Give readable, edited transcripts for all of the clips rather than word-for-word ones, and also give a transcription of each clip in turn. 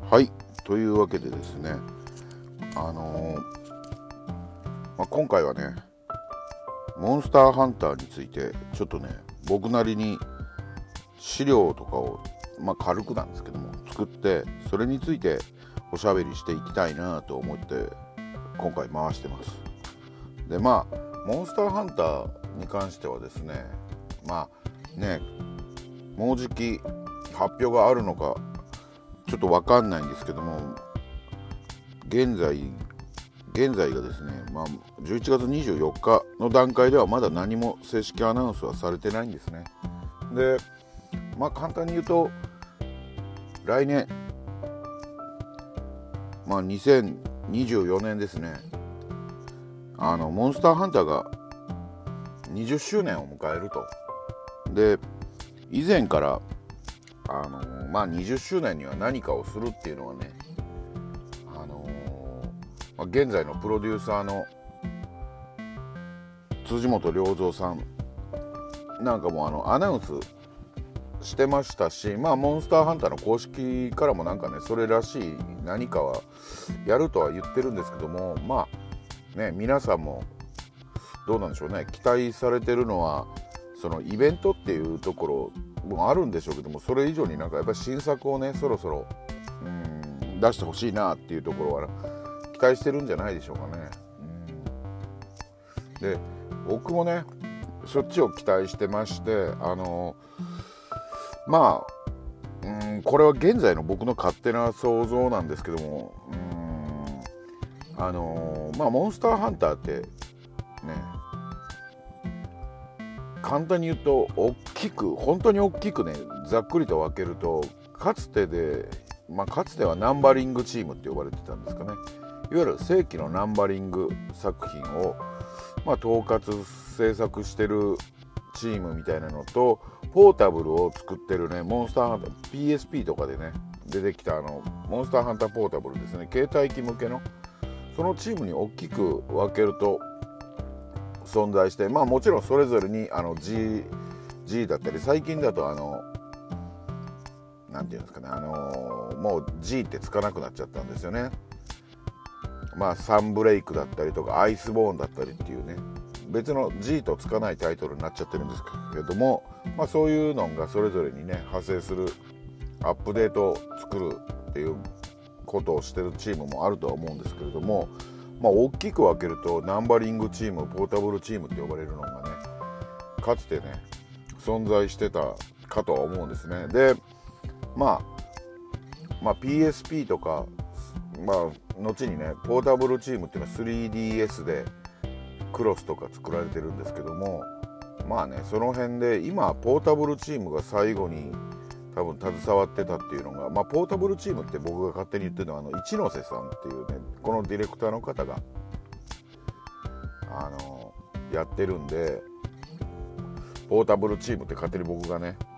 はい、というわけでですね、今回はね、モンスターハンターについてちょっとね、僕なりに資料とかを、軽くなんですけども作って、それについておしゃべりしていきたいなと思って今回回してます。で、モンスターハンターに関してはですね、もうじき発表があるのかちょっと分かんないんですけども、現在がですね、11月24日の段階ではまだ何も正式アナウンスはされてないんですね。で、簡単に言うと、来年、2024年ですね、モンスターハンターが20周年を迎えると。で、以前から20周年には何かをするっていうのはね、現在のプロデューサーの辻本良三さんなんかもアナウンスしてましたし、モンスターハンターの公式からもそれらしい何かはやるとは言ってるんですけども、皆さんもどうなんでしょうね、期待されてるのはそのイベントっていうところもあるんでしょうけども、それ以上にやっぱり新作をね、そろそろ出してほしいなっていうところは期待してるんじゃないでしょうかね。で、僕もねそっちを期待してまして、これは現在の僕の勝手な想像なんですけども、モンスターハンターってね、簡単に言うと本当に大きくね、ざっくりと分けると、かつてはナンバリングチームって呼ばれてたんですかね。いわゆる正規のナンバリング作品を統括制作してるチームみたいなのと、ポータブルを作ってるね、モンスターハンター PSP とかでね出てきたモンスターハンターポータブルですね、携帯機向けのそのチームに大きく分けると存在して、もちろんそれぞれにG だったり、最近だとなんていうんですかね、もう G ってつかなくなっちゃったんですよね。サンブレイクだったりとかアイスボーンだったりっていうね、別の G とつかないタイトルになっちゃってるんですけども、そういうのがそれぞれにね派生するアップデートを作るっていうことをしてるチームもあるとは思うんですけれども、大きく分けるとナンバリングチーム、ポータブルチームって呼ばれるのがね、かつてね存在してたかとは思うんですね。で、PSP とか、後にねポータブルチームっていうのは 3DS でクロスとか作られてるんですけども、その辺で今ポータブルチームが最後に多分携わってたっていうのが、ポータブルチームって僕が勝手に言ってるのは一ノ瀬さんっていうね、このディレクターの方がやってるんで、ポータブルチームって勝手に僕がね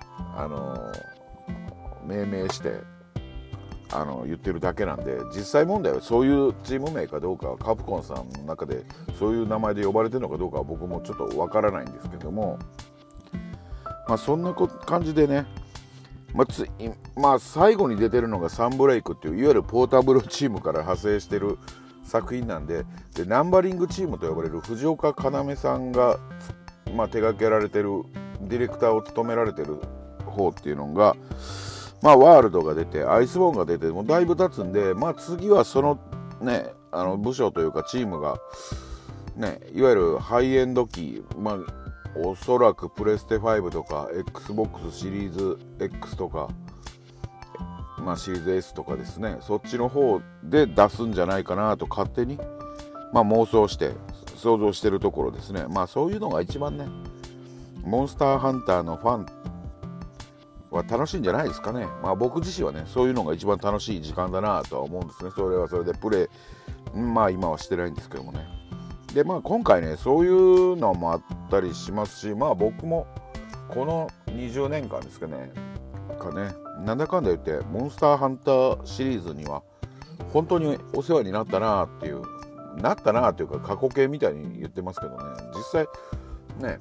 命名して言ってるだけなんで、実際問題はそういうチーム名かどうかはカプコンさんの中でそういう名前で呼ばれてるのかどうかは僕もちょっとわからないんですけども、そんな感じでね、最後に出てるのがサンブレイクっていういわゆるポータブルチームから派生してる作品なんで、ナンバリングチームと呼ばれる藤岡要さんが、手掛けられてるディレクターを務められてる方っていうのが、ワールドが出てアイスボーンが出てもうだいぶ経つんで、次はそのね部署というかチームがね、いわゆるハイエンド機、おそらくプレステ5とか XBOX シリーズ X とか、シリーズ S とかですね、そっちの方で出すんじゃないかなと勝手に、妄想して想像してるところですね。そういうのが一番ね、モンスターハンターのファンは楽しいんじゃないですかね。僕自身はねそういうのが一番楽しい時間だなとは思うんですね。それはそれでプレイ今はしてないんですけどもね。で、今回ねそういうのもあったりしますし、僕もこの20年間ですかねなんだかんだ言ってモンスターハンターシリーズには本当にお世話になったなっていうか過去形みたいに言ってますけどね、実際ね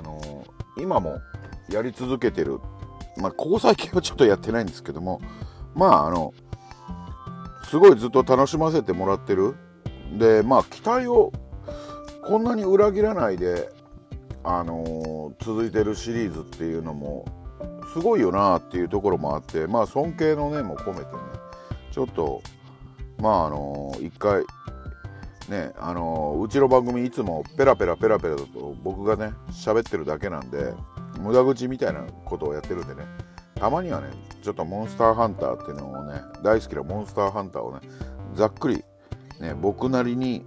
今もやり続けてる、ここ最近はちょっとやってないんですけども、 すごいずっと楽しませてもらってる。で期待をこんなに裏切らないで続いてるシリーズっていうのもすごいよなっていうところもあって、尊敬の念も込めてね、ちょっと一回ね、うちの番組いつもペラペラと僕がね喋ってるだけなんで無駄口みたいなことをやってるんでね、たまにはねちょっとモンスターハンターっていうのをね、大好きなモンスターハンターをねざっくりね僕なりに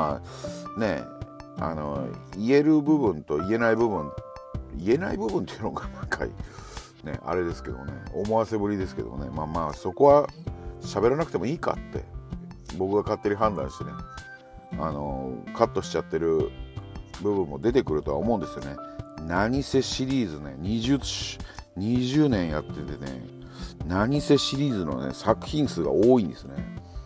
言える部分と言えない部分っていうのがねあれですけどね、思わせぶりですけどね、そこは喋らなくてもいいかって僕が勝手に判断してねカットしちゃってる部分も出てくるとは思うんですよね。何せシリーズね20年やっててね、何せシリーズのね作品数が多いんですね。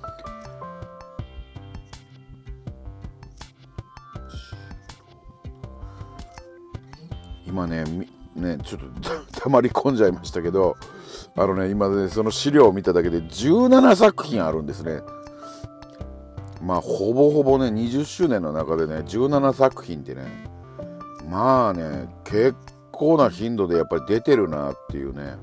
今ねちょっとたまり込んじゃいましたけど、今ねその資料を見ただけで17作品あるんですね。ほぼほぼね20周年の中でね17作品ってね結構な頻度でやっぱり出てるなっていうね、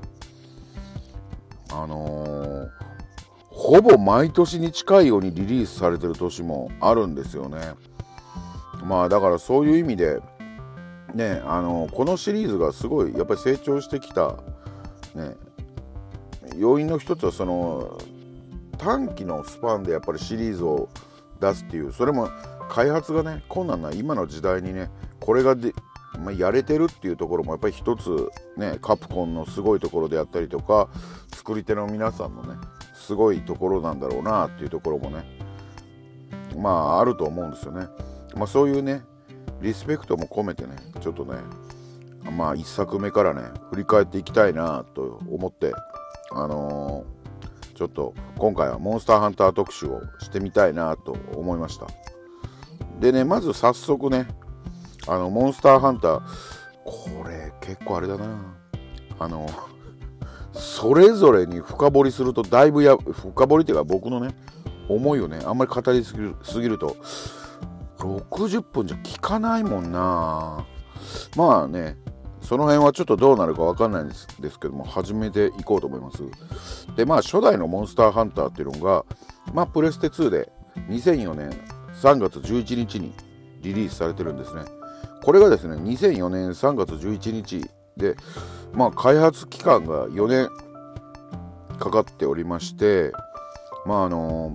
ほぼ毎年に近いようにリリースされてる年もあるんですよね。だからそういう意味でねこのシリーズがすごいやっぱり成長してきたね要因の一つはその短期のスパンでやっぱりシリーズを出すっていう、それも開発がね困難な今の時代にねこれがやれてるっていうところもやっぱり一つねカプコンのすごいところであったりとか作り手の皆さんのねすごいところなんだろうなっていうところもねあると思うんですよね。そういうねリスペクトも込めてねちょっとね1作目からね振り返っていきたいなと思ってちょっと今回はモンスターハンター特集をしてみたいなと思いました。でねまず早速ねモンスターハンターこれ結構あれだなそれぞれに深掘りするとだいぶ深掘りっていうか僕のね思いをねあんまり語りすぎると60分じゃ効かないもんな。その辺はちょっとどうなるか分かんないんですけども始めていこうと思います。で初代のモンスターハンターっていうのがプレステ2で2004年3月11日にリリースされてるんですね。これがですね2004年3月11日で開発期間が4年かかっておりまして、いわ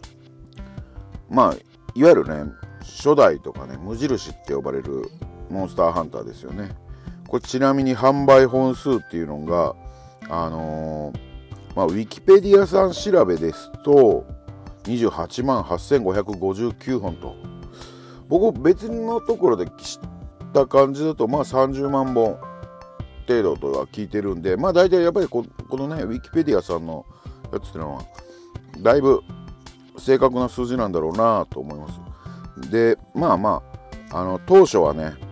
ゆるね初代とかね無印って呼ばれるモンスターハンターですよね。これちなみに販売本数っていうのがウィキペディアさん調べですと28万8559本と、僕別のところで知った感じだと30万本程度とは聞いてるんで、大体やっぱりこのねウィキペディアさんのやつっていうのはだいぶ正確な数字なんだろうなと思います。で当初はね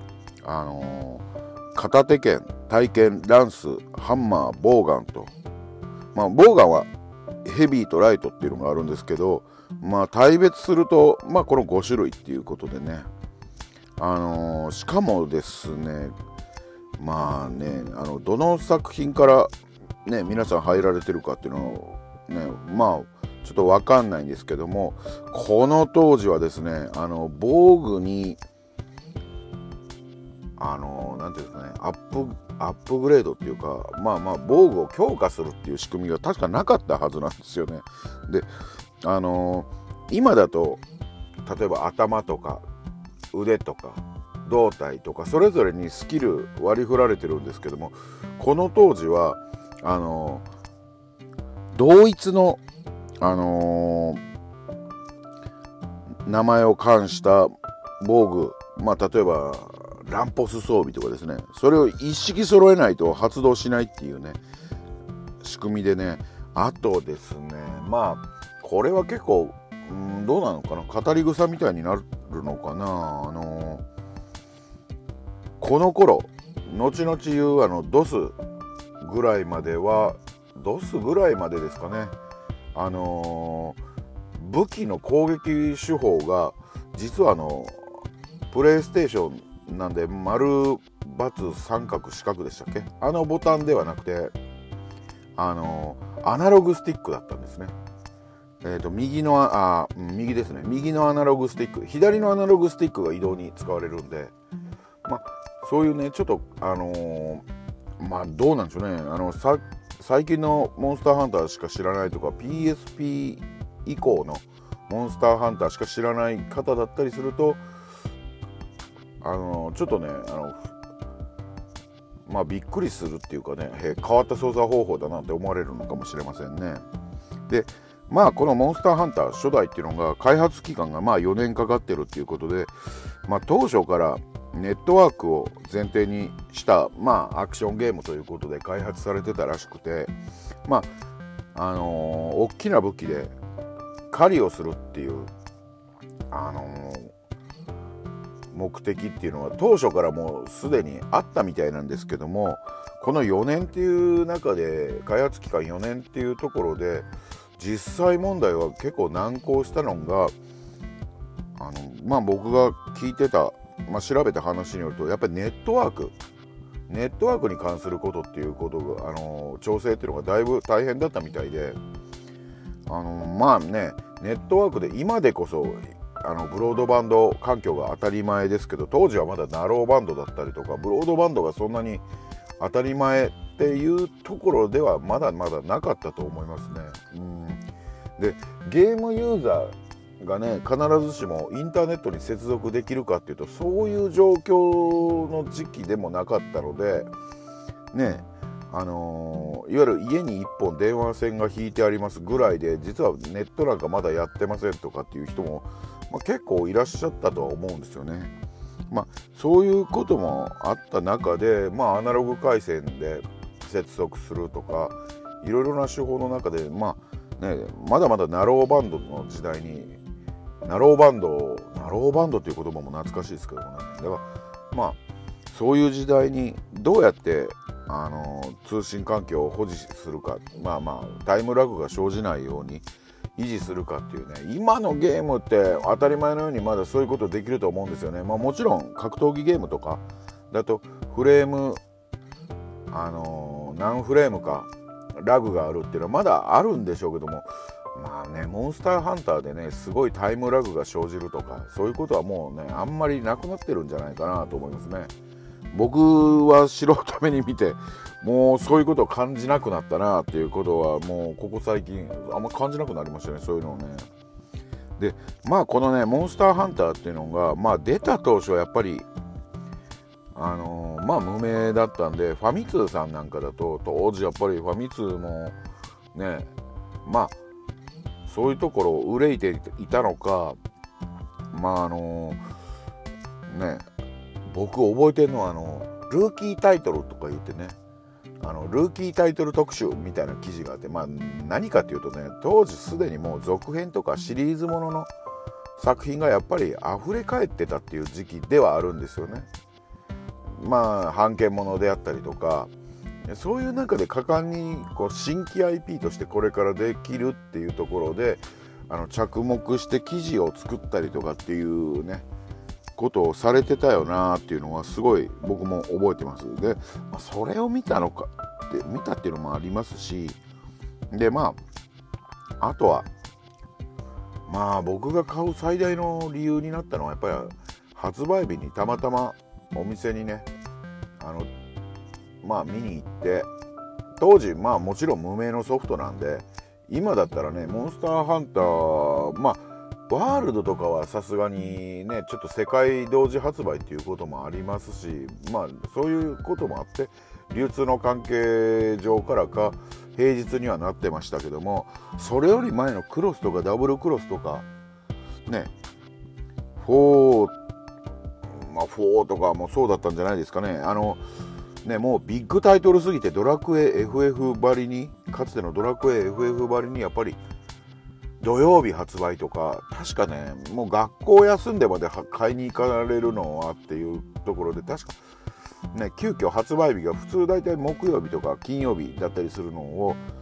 片手剣、体剣、ランス、ハンマー、ボウガンと、ボウガンはヘビーとライトっていうのがあるんですけど、大別するとこの5種類っていうことでね、しかもですねどの作品からね皆さん入られてるかっていうのをねちょっと分かんないんですけども、この当時はですね防具になんていうんですかねアップグレードっていうか防具を強化するっていう仕組みが確かなかったはずなんですよね。で今だと例えば頭とか腕とか胴体とかそれぞれにスキル割り振られてるんですけども、この当時は同一の名前を冠した防具、例えばランポス装備とかですね、それを一式揃えないと発動しないっていうね仕組みでね、あとですねこれは結構どうなのかな、語り草みたいになるのかな。この頃後々言うドスぐらいまではドスぐらいまでですかね。武器の攻撃手法が実はプレイステーションなんで丸×三角四角でしたっけ、ボタンではなくてアナログスティックだったんですね。右ですね。右のアナログスティック、左のアナログスティックが移動に使われるんで、そういうねちょっとどうなんでしょうね。最近のモンスターハンターしか知らないとか PSP 以降のモンスターハンターしか知らない方だったりするとちょっとねびっくりするっていうかね、変わった操作方法だなって思われるのかもしれませんね。でこのモンスターハンター初代っていうのが開発期間が4年かかってるっていうことで、当初からネットワークを前提にしたアクションゲームということで開発されてたらしくて、大きな武器で狩りをするっていう目的っていうのは当初からもうすでにあったみたいなんですけども、この4年っていう中で開発期間4年っていうところで実際問題は結構難航したのが僕が聞いてた、調べた話によるとやっぱりネットワークに関することっていうことが調整っていうのがだいぶ大変だったみたいで、ネットワークで今でこそブロードバンド環境が当たり前ですけど、当時はまだナローバンドだったりとかブロードバンドがそんなに当たり前っていうところではまだまだなかったと思いますね。でゲームユーザーがね必ずしもインターネットに接続できるかっていうとそういう状況の時期でもなかったのでね、いわゆる家に1本電話線が引いてありますぐらいで実はネットなんかまだやってませんとかっていう人も、結構いらっしゃったとは思うんですよね。そういうこともあった中で、アナログ回線で接続するとかいろいろな手法の中でまだまだナローバンドの時代にナローバンドっていう言葉も懐かしいですけどもね、だからそういう時代にどうやって通信環境を保持するか、タイムラグが生じないように維持するかっていうね、今のゲームって当たり前のようにまだそういうことできると思うんですよね。もちろん格闘技ゲームとかだとフレーム何フレームかラグがあるっていうのはまだあるんでしょうけども、モンスターハンターでねすごいタイムラグが生じるとかそういうことはもうねあんまりなくなってるんじゃないかなと思いますね。僕は素人目に見てもうそういうことを感じなくなったなっていうことはもうここ最近あんま感じなくなりましたね、そういうのをね。でこのねモンスターハンターっていうのが出た当初はやっぱり無名だったんで、ファミ通さんなんかだと当時やっぱりファミ通もねそういうところを憂いていたのか僕覚えてるのはルーキータイトルとか言ってねルーキータイトル特集みたいな記事があって、何かっていうとね当時すでにもう続編とかシリーズものの作品がやっぱり溢れ返ってたっていう時期ではあるんですよね。版権ものであったりとかそういう中で果敢に新規 IP としてこれからできるっていうところで着目して記事を作ったりとかっていうねことをされてたよなっていうのはすごい僕も覚えてます。で、それを見たっていうのもありますし、であとは僕が買う最大の理由になったのはやっぱり発売日にたまたまお店にね見に行って、当時もちろん無名のソフトなんで今だったらねモンスターハンターワールドとかはさすがにねちょっと世界同時発売っていうこともありますしそういうこともあって流通の関係上からか平日にはなってましたけども、それより前のクロスとかダブルクロスとかね4とかもそうだったんじゃないですかね。もうビッグタイトルすぎてドラクエ FF ばりにかつてのドラクエ FF ばりにやっぱり土曜日発売とか確かねもう学校休んでまで買いに行かれるのはっていうところで確かね急遽発売日が普通大体木曜日とか金曜日だったりするのを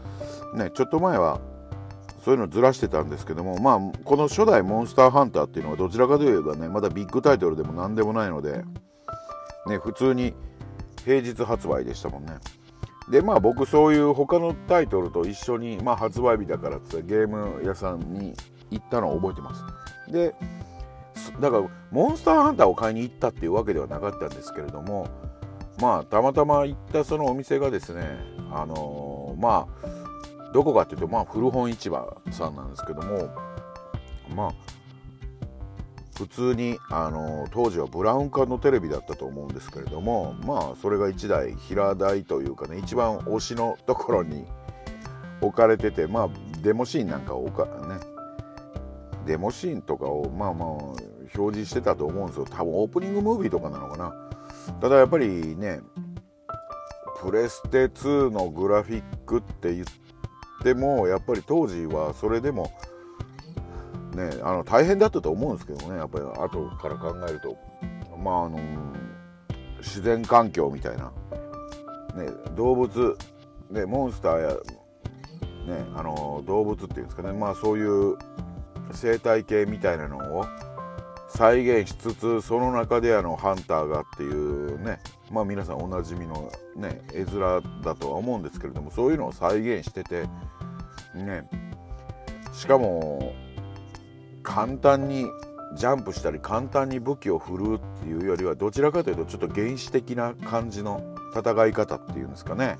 ね、ちょっと前はそういうのずらしてたんですけども、まあこの初代モンスターハンターっていうのはどちらかといえばね、まだビッグタイトルでも何でもないので、ね、普通に平日発売でしたもんね。でまあ僕そういう他のタイトルと一緒に、まあ、発売日だからってゲーム屋さんに行ったのを覚えてます。でだからモンスターハンターを買いに行ったっていうわけではなかったんですけれども、まあたまたま行ったそのお店がですね、まあどこかっていうと、まあ古本市場さんなんですけども、まあ普通に当時はブラウン管のテレビだったと思うんですけれども、まあそれが1台平台というかね、一番推しのところに置かれてて、まあデモシーンなんかをデモシーンとかをまあ表示してたと思うんですよ。多分オープニングムービーとかなのかな。ただやっぱりね、プレステ2のグラフィックって言ってもやっぱり当時はそれでもね、大変だったと思うんですけどね、やっぱり後から考えると、まあ自然環境みたいな、ね、動物、ね、モンスターや、ね、動物っていうんですかね、まあそういう生態系みたいなのを再現しつつ、その中でハンターがっていうね、まあ皆さんおなじみのね絵面だとは思うんですけれども、そういうのを再現しててね、しかも簡単にジャンプしたり簡単に武器を振るうっていうよりは、どちらかというとちょっと原始的な感じの戦い方っていうんですかね。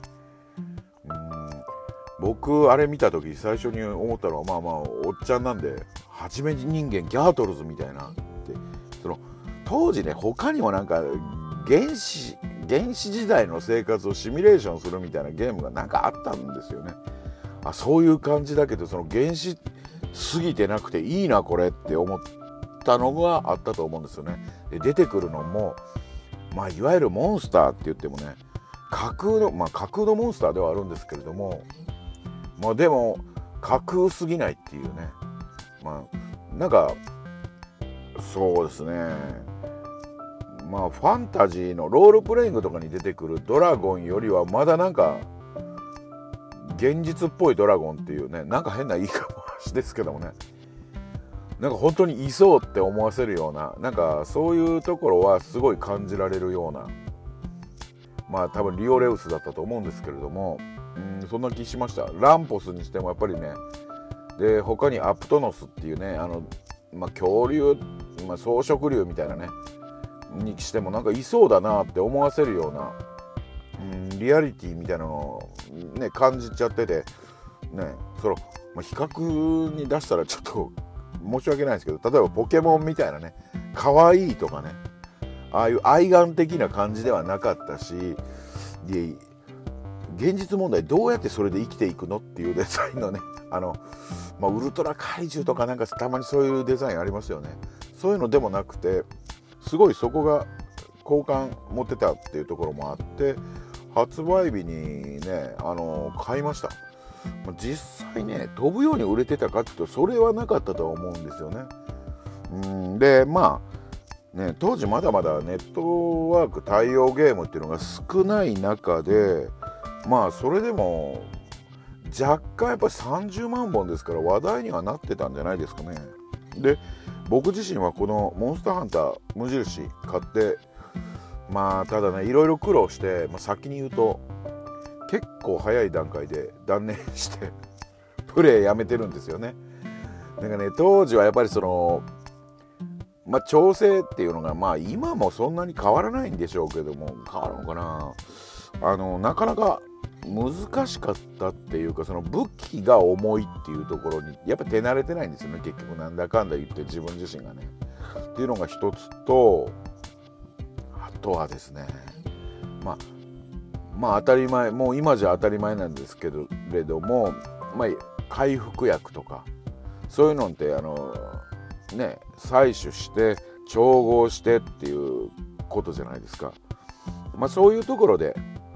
僕あれ見た時最初に思ったのは、まあおっちゃんなんで初め人間ギャートルズみたいなって、その当時ね、他にもなんか原始時代の生活をシミュレーションするみたいなゲームがなんかあったんですよね。そういう感じだけど、その原始過ぎてなくていいなこれって思ったのがあったと思うんですよね。で出てくるのも、まあいわゆるモンスターって言ってもね、架空のモンスターではあるんですけれども、まあでも架空すぎないっていうね、まあなんかそうですね、まあファンタジーのロールプレイングとかに出てくるドラゴンよりはまだなんか現実っぽいドラゴンっていうね、なんか変な言い方ですけどもね、なんか本当にいそうって思わせるような、なんかそういうところはすごい感じられるような、まあ多分リオレウスだったと思うんですけれども、そんな気しました。ランポスにしてもやっぱりね、で他にアプトノスっていうね、まあ、恐竜、まあ、草食竜みたいなねにしてもなんかいそうだなって思わせるような、リアリティみたいなのを、ね、感じちゃっててね、まあ、比較に出したらちょっと申し訳ないですけど、例えばポケモンみたいなね、可愛いとかね、ああいう愛玩的な感じではなかったし、で現実問題どうやってそれで生きていくのっていうデザインのね、まあ、ウルトラ怪獣とかなんかたまにそういうデザインありますよね。そういうのでもなくて、すごいそこが好感持ってたっていうところもあって、発売日にね買いました。実際ね飛ぶように売れてたかっていうとそれはなかったとは思うんですよね。でまあね、当時まだまだネットワーク対応ゲームっていうのが少ない中で、まあそれでも若干やっぱり30万本ですから話題にはなってたんじゃないですかね。で僕自身はこのモンスターハンター無印買って、まあただねいろいろ苦労して、先に言うと結構早い段階で断念してプレイやめてるんですよね。なんかね当時はやっぱり調整っていうのが今もそんなに変わらないんでしょうけども、変わるのかな、なかなか難しかったっていうか、その武器が重いっていうところにやっぱ手慣れてないんですよね、結局なんだかんだ言って自分自身がねっていうのが一つと、あとはですね、当たり前、もう今じゃ当たり前なんですけれども、回復薬とかそういうのって採取して調合してっていうことじゃないですか。そういうところで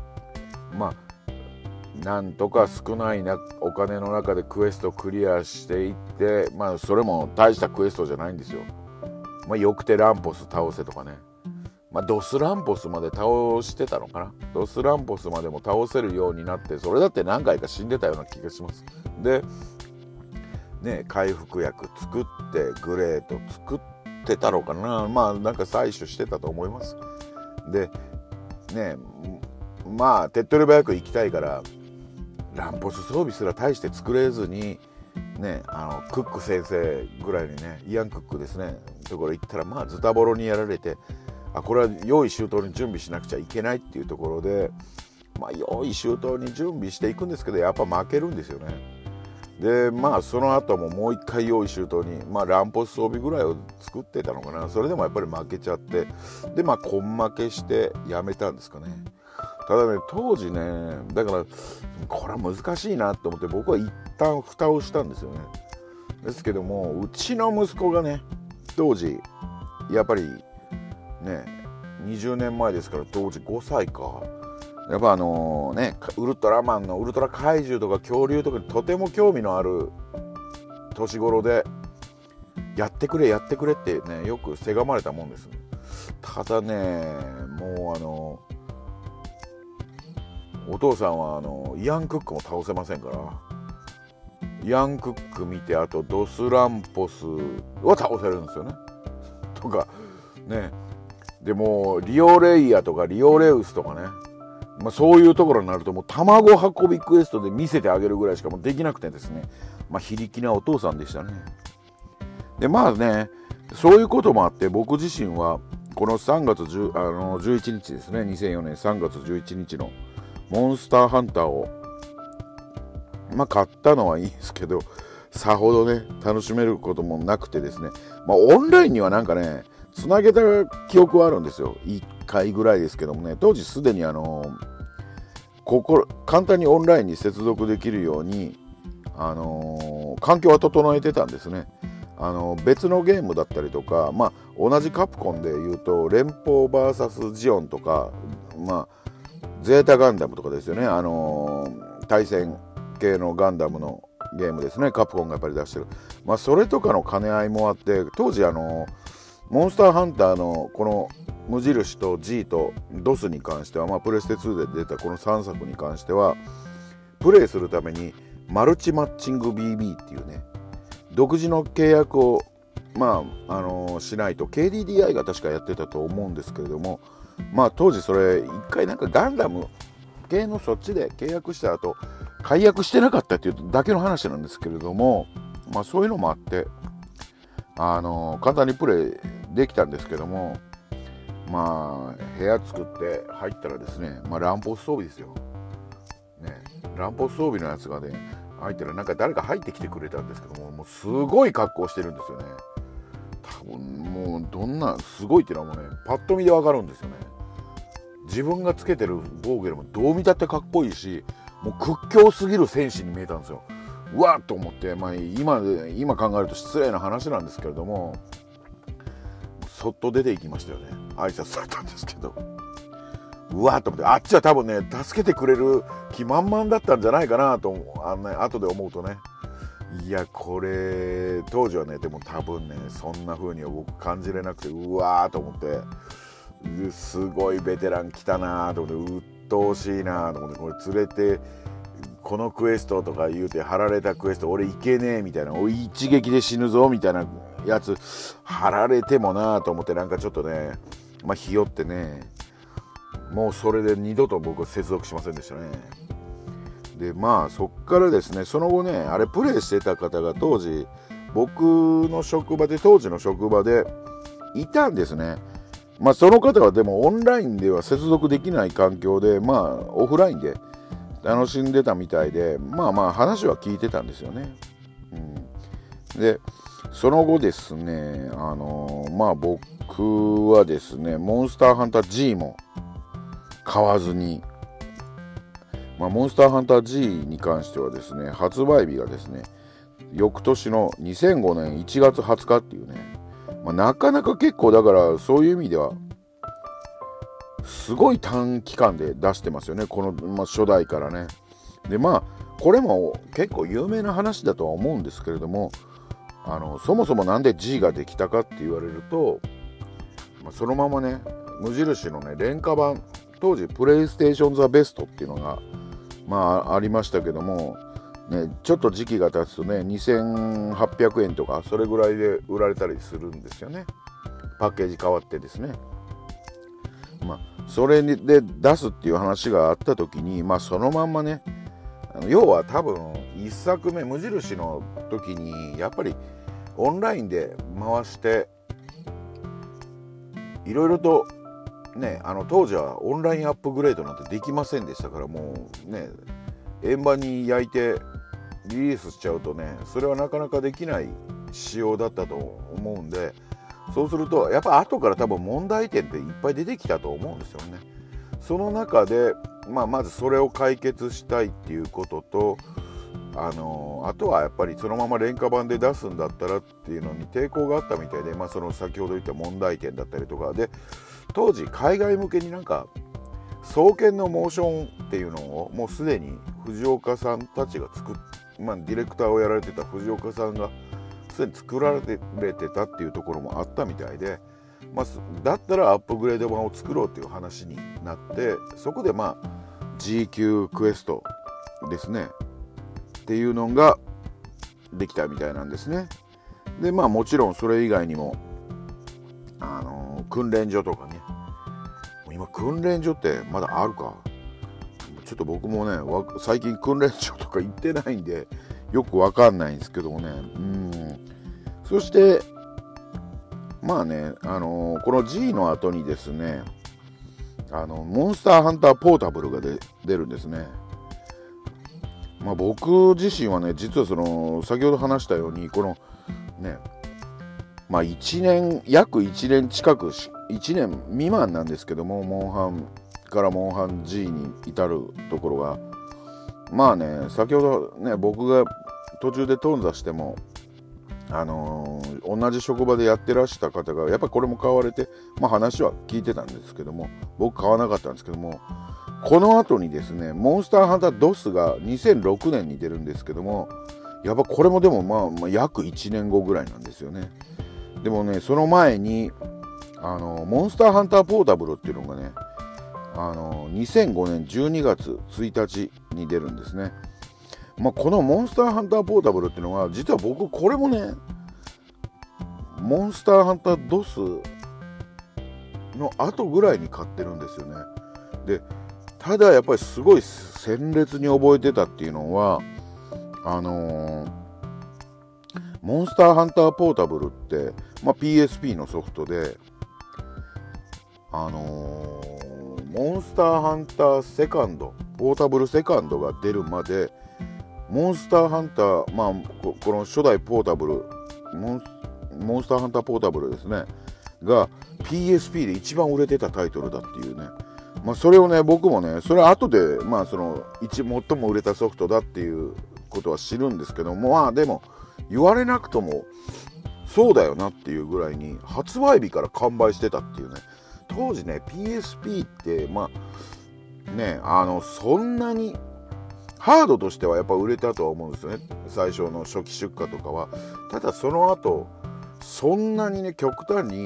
なんとか少ないお金の中でクエストクリアしていって、それも大したクエストじゃないんですよ。よくてランポス倒せとかね、 ドスランポスまで倒してたのかな。ドスランポスまでも倒せるようになって、それだって何回か死んでたような気がします。でね、回復薬作ってグレート作ってたのかな。なんか採取してたと思います。でね、手っ取り早く行きたいからランポス装備すら大して作れずにね、クック先生ぐらいにね、イアン・クックですねところ行ったらズタボロにやられて、これは用意周到に準備しなくちゃいけないっていうところで、用意周到に準備していくんですけど、やっぱ負けるんですよね。でその後ももう一回用意周到に、ランポス装備ぐらいを作ってたのかな。それでもやっぱり負けちゃって、で根負けしてやめたんですかね。ただね、当時ね、だからこれは難しいなと思って僕は一旦蓋をしたんですよね。ですけども、うちの息子がね、当時やっぱりね、20年前ですから、当時5歳か。やっぱウルトラマンのウルトラ怪獣とか恐竜とかにとても興味のある年頃で、やってくれやってくれってね、よくせがまれたもんです。ただね、もうお父さんはイアン・クックも倒せませんから、イアン・クック見て、あとドスランポスは倒せるんですよね。とかね、でもリオレイヤとかリオレウスとかね、そういうところになるともう卵運びクエストで見せてあげるぐらいしかもうできなくてですね、非力なお父さんでしたね。でそういうこともあって、僕自身はこの3月11日ですね、2004年3月11日のモンスターハンターを買ったのはいいんですけど、さほどね楽しめることもなくてですね、オンラインにはなんかねつなげた記憶はあるんですよ。1回ぐらいですけどもね、当時すでに簡単にオンラインに接続できるように、環境は整えてたんですね。別のゲームだったりとか、同じカプコンでいうと連邦 VS ジオンとか、ゼータガンダムとかですよね。対戦系のガンダムのゲームですね、カプコンがやっぱり出してる。それとかの兼ね合いもあって、当時モンスターハンターのこの無印と G と DOS に関しては、プレステ2で出たこの3作に関しては、プレイするためにマルチマッチング BB っていうね、独自の契約をしないと、 KDDI が確かやってたと思うんですけれども、当時それ一回なんかガンダム系のそっちで契約した後解約してなかったっていうだけの話なんですけれども、そういうのもあって簡単にプレイできたんですけども、部屋作って入ったらですね、ランポス装備ですよ、ね、ランポス装備のやつがね入ったら、なんか誰か入ってきてくれたんですけども、すごい格好してるんですよね。多分もうどんなすごいっていうのはもうね、パッと見でわかるんですよね。自分がつけてる防具よりもどう見たってかっこいいし、もう屈強すぎる戦士に見えたんですよ。うわっと思って、今考えると失礼な話なんですけれども、そっと出ていきましたよね。挨拶されたんですけど、うわっと思って、あっちは多分ね助けてくれる気満々だったんじゃないかなと後で思うとね、いやこれ当時はね、でも多分ねそんな風には僕感じれなくて、うわーと思って、すごいベテラン来たなと思って、鬱陶しいなと思って、これ連れてこのクエストとか言うて貼られたクエスト俺いけねえみたいな、一撃で死ぬぞみたいなやつ貼られてもなと思って、なんかちょっとねひよってね、もうそれで二度と僕は接続しませんでしたね。でそっからですね、その後ね、あれプレイしてた方が当時僕の職場で、当時の職場でいたんですね。その方はでもオンラインでは接続できない環境で、オフラインで楽しんでたみたいで、話は聞いてたんですよね。でその後ですね、僕はですね、モンスターハンター G も買わずに、モンスターハンター G に関してはですね、発売日がですね翌年の2005年1月20日っていうね、なかなか結構だからそういう意味ではすごい短期間で出してますよね、この、初代からね。でこれも結構有名な話だとは思うんですけれども、そもそもなんで G ができたかって言われると、そのままね無印のね廉価版、当時プレイステーションザベストっていうのがありましたけども、ね、ちょっと時期が経つとね2800円とかそれぐらいで売られたりするんですよね。パッケージ変わってですね。それで出すっていう話があった時に、そのまんまね、要は多分1作目無印の時にやっぱりオンラインで回していろいろとね、当時はオンラインアップグレードなんてできませんでしたから、もうね円盤に焼いてリリースしちゃうとね、それはなかなかできない仕様だったと思うんで、そうするとやっぱ後から多分問題点っていっぱい出てきたと思うんですよね。その中で、まずそれを解決したいっていうことと、あとはやっぱりそのまま廉価版で出すんだったらっていうのに抵抗があったみたいで、その先ほど言った問題点だったりとかで、当時海外向けになんか双剣のモーションっていうのをもうすでに藤岡さんたちがディレクターをやられてた藤岡さんがすでに作られてたっていうところもあったみたいで、だったらアップグレード版を作ろうっていう話になって、そこでG 級クエストですねっていうのができたみたいなんですね。でもちろんそれ以外にも訓練所とかね、今訓練所ってまだあるか、ちょっと僕もね最近訓練所とか行ってないんでよくわかんないんですけどもね。そしてこの G の後にですね、モンスターハンターポータブルが出るんですね。僕自身はね、実は先ほど話したようにこのね約1年近く1年未満なんですけども、モンハンからモンハン G に至るところが先ほどね僕が途中で頓挫しても同じ職場でやってらした方がやっぱりこれも買われて、話は聞いてたんですけども、僕買わなかったんですけども、この後にですねモンスターハンタードスが2006年に出るんですけども、やっぱこれもでも約1年後ぐらいなんですよね。でもねその前にモンスターハンターポータブルっていうのがね2005年12月1日に出るんですね。このモンスターハンターポータブルっていうのは実は僕これもねモンスターハンタードスの後ぐらいに買ってるんですよね。でただやっぱりすごい鮮烈に覚えてたっていうのはモンスターハンターポータブルって、PSP のソフトでモンスターハンターセカンドポータブルセカンドが出るまでモンスターハンター、この初代ポータブルモンスターハンターポータブルですねが PSP で一番売れてたタイトルだっていうね、それをね僕もねそれは後で最も売れたソフトだっていうことは知るんですけども、でも言われなくともそうだよなっていうぐらいに発売日から完売してたっていうね。当時ね PSP ってそんなにハードとしてはやっぱ売れたとは思うんですよね、最初の初期出荷とかは。ただその後そんなにね極端に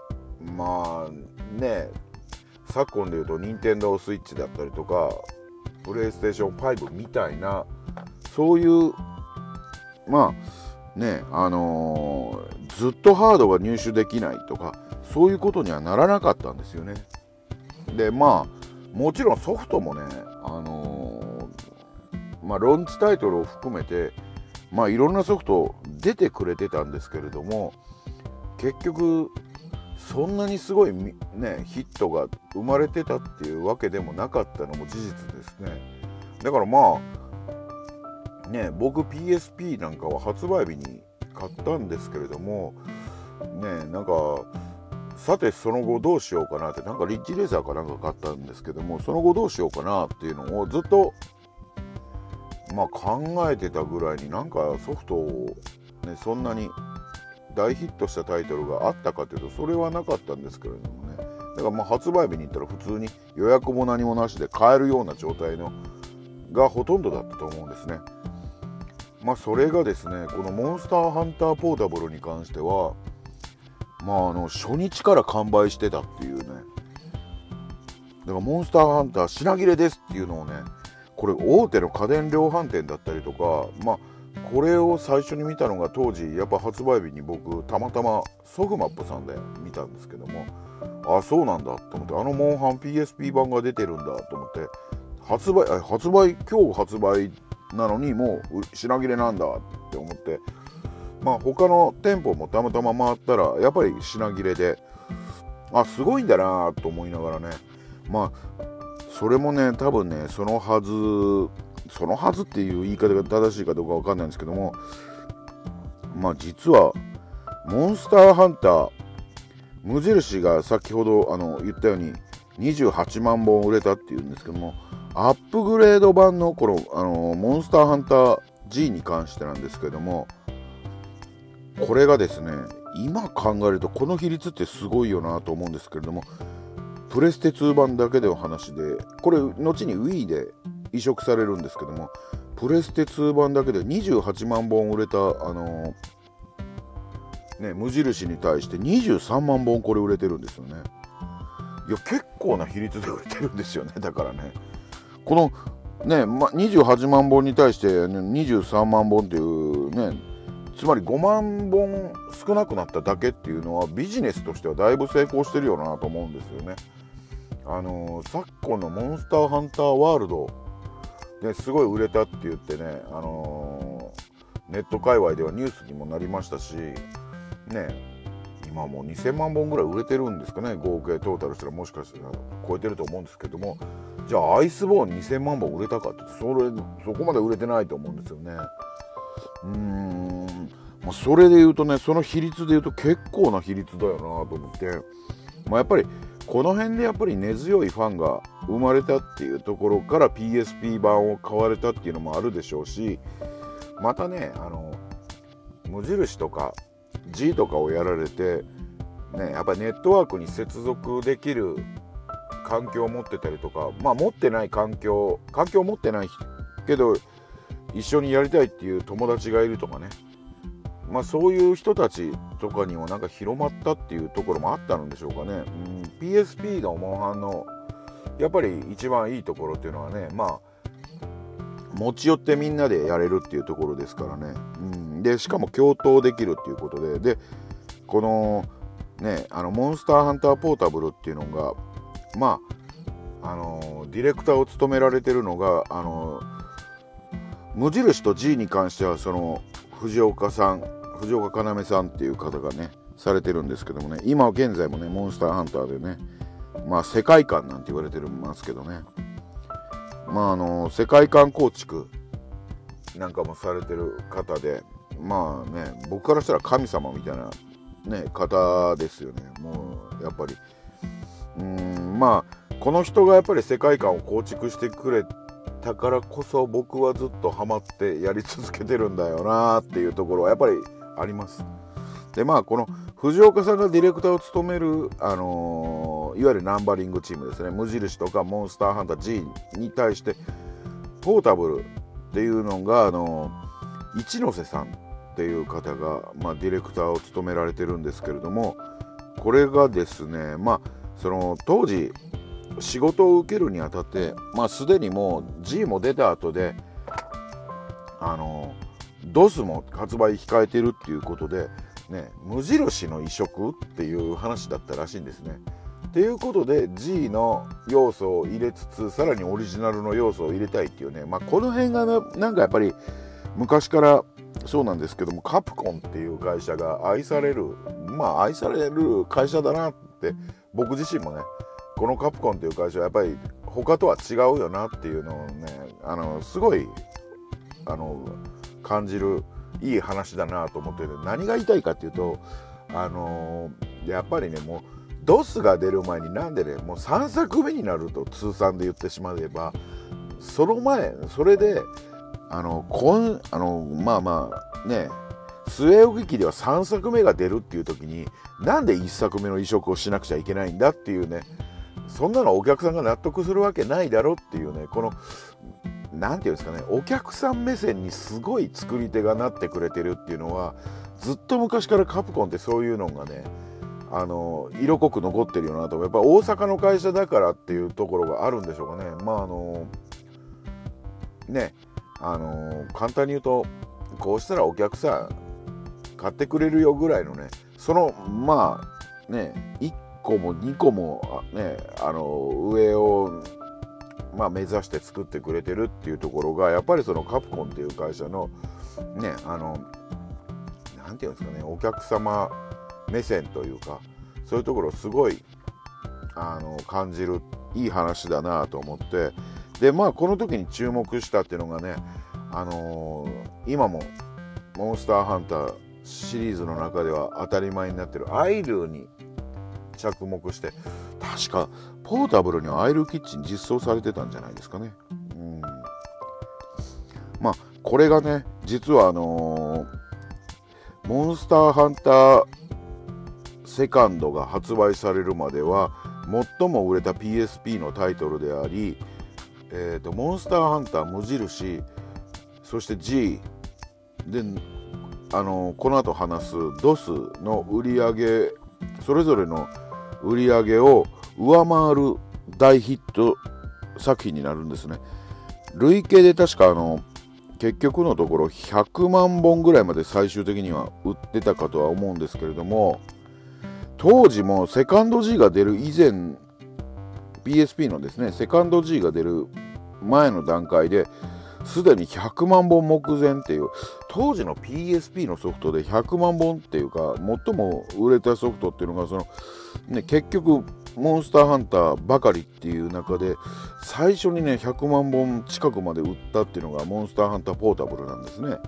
昨今でいうと任天堂スイッチだったりとかプレイステーション5みたいなそういうずっとハードが入手できないとかそういうことにはならなかったんですよね。でもちろんソフトもねロンチタイトルを含めていろんなソフト出てくれてたんですけれども、結局そんなにすごいヒットが生まれてたっていうわけでもなかったのも事実ですね。だから僕 PSP なんかは発売日に買ったんですけれどもさてその後どうしようかなって、リッチレーザーかなんか買ったんですけども、その後どうしようかなっていうのをずっと考えてたぐらいにソフトをそんなに大ヒットしたタイトルがあったかというとそれはなかったんですけれどもね。だから発売日に行ったら普通に予約も何もなしで買えるような状態のがほとんどだったと思うんですね。それがですねこのモンスターハンターポータブルに関しては初日から完売してたっていうね、 からモンスターハンター品切れですっていうのをね、これ大手の家電量販店だったりとか、これを最初に見たのが当時やっぱ発売日に僕たまたまソフマップさんで見たんですけども、あ、そうなんだと思って、モンハン PSP 版が出てるんだと思って、今日発売なのにもう品切れなんだって思って、他の店舗もたまたま回ったらやっぱり品切れで、すごいんだなと思いながらね、それもね、多分ね、そのはずっていう言い方が正しいかどうかわかんないんですけども、実はモンスターハンター無印が先ほど言ったように28万本売れたっていうんですけども、アップグレード版のこのモンスターハンター G に関してなんですけども、これがですね、今考えるとこの比率ってすごいよなと思うんですけれども、プレステ2版だけでの話で、これ後に Wii で移植されるんですけども、プレステ2版だけで28万本売れた無印に対して23万本これ売れてるんですよね。いや、結構な比率で売れてるんですよね。だからね、このね、28万本に対して、23万本っていうね、つまり5万本少なくなっただけっていうのはビジネスとしてはだいぶ成功してるよなと思うんですよね。昨今のモンスターハンターワールドですごい売れたって言ってね、ネット界隈ではニュースにもなりましたしね、今もう2000万本ぐらい売れてるんですかね、合計トータルしたらもしかしたら超えてると思うんですけども、じゃあアイスボーン2000万本売れたかってそこまで売れてないと思うんですよね。それで言うとね、その比率で言うと結構な比率だよなと思って、やっぱりこの辺でやっぱり根強いファンが生まれたっていうところから PSP 版を買われたっていうのもあるでしょうし、またね、無印とか G とかをやられてね、やっぱりネットワークに接続できる環境を持ってたりとか、持ってない環境を持ってないけど一緒にやりたいっていう友達がいるとかね、そういう人たちとかにもなんか広まったっていうところもあったんでしょうかね。PSP のモンハンのやっぱり一番いいところっていうのはね、持ち寄ってみんなでやれるっていうところですからね。でしかも共闘できるっていうことで、このね、モンスターハンターポータブルっていうのがディレクターを務められてるのが無印と G に関してはその藤岡要さんっていう方がねされてるんですけどもね、今現在もねモンスターハンターでね、世界観なんて言われてますけどね、世界観構築なんかもされてる方で、僕からしたら神様みたいなね方ですよね。もうやっぱりこの人がやっぱり世界観を構築してくれたからこそ僕はずっとハマってやり続けてるんだよなっていうところはやっぱりあります。でこの藤岡さんがディレクターを務める、いわゆるナンバリングチームですね、無印とかモンスターハンター G に対してポータブルっていうのが一ノ瀬さんっていう方が、ディレクターを務められてるんですけれども、これがですね、その当時仕事を受けるにあたってすでにもう G も出た後でDOS も発売控えてるっていうことでね、無印の移植っていう話だったらしいんですね。っていうことで G の要素を入れつつさらにオリジナルの要素を入れたいっていうね、この辺がなんかやっぱり昔からそうなんですけども、カプコンっていう会社が愛される会社だなって僕自身もね、このカプコンっていう会社はやっぱり他とは違うよなっていうのをね、すごい感じるいい話だなと思って、何が言いたいかっていうとやっぱりね、もうDOS が出る前になんでねもう3作目になると通算で言ってしまえば、それでね据え置き機では3作目が出るっていう時になんで1作目の移植をしなくちゃいけないんだっていうね、そんなのお客さんが納得するわけないだろっていうね、このなんていうんですかね、お客さん目線にすごい作り手がなってくれてるっていうのはずっと昔からカプコンってそういうのがね色濃く残ってるよなと。やっぱ大阪の会社だからっていうところがあるんでしょうかね。ね、簡単に言うと、こうしたらお客さん買ってくれるよぐらいのね、そのまあね、1個も2個もね、上を目指して作ってくれてるっていうところが、やっぱりそのカプコンっていう会社のね、なんていうんですかね、お客様目線というか、そういうところをすごい感じるいい話だなと思って、でこの時に注目したっていうのがね、今もモンスターハンターシリーズの中では当たり前になってるアイルに着目して、確かポータブルにはアイルキッチン実装されてたんじゃないですかね。これがね、実はモンスターハンターセカンドが発売されるまでは最も売れた PSP のタイトルであり、モンスターハンター無印、そして G でこの後話す DOS の売り上げ、それぞれの売り上げを上回る大ヒット作品になるんですね。累計で確か結局のところ100万本ぐらいまで最終的には売ってたかとは思うんですけれども、当時もセカンド G が出る以前、 PSP のですねセカンド G が出る前の段階ですでに100万本目前っていう、当時の PSP のソフトで100万本っていうか最も売れたソフトっていうのが結局モンスターハンターばかりっていう中で最初にね100万本近くまで売ったっていうのがモンスターハンターポータブルなんですね。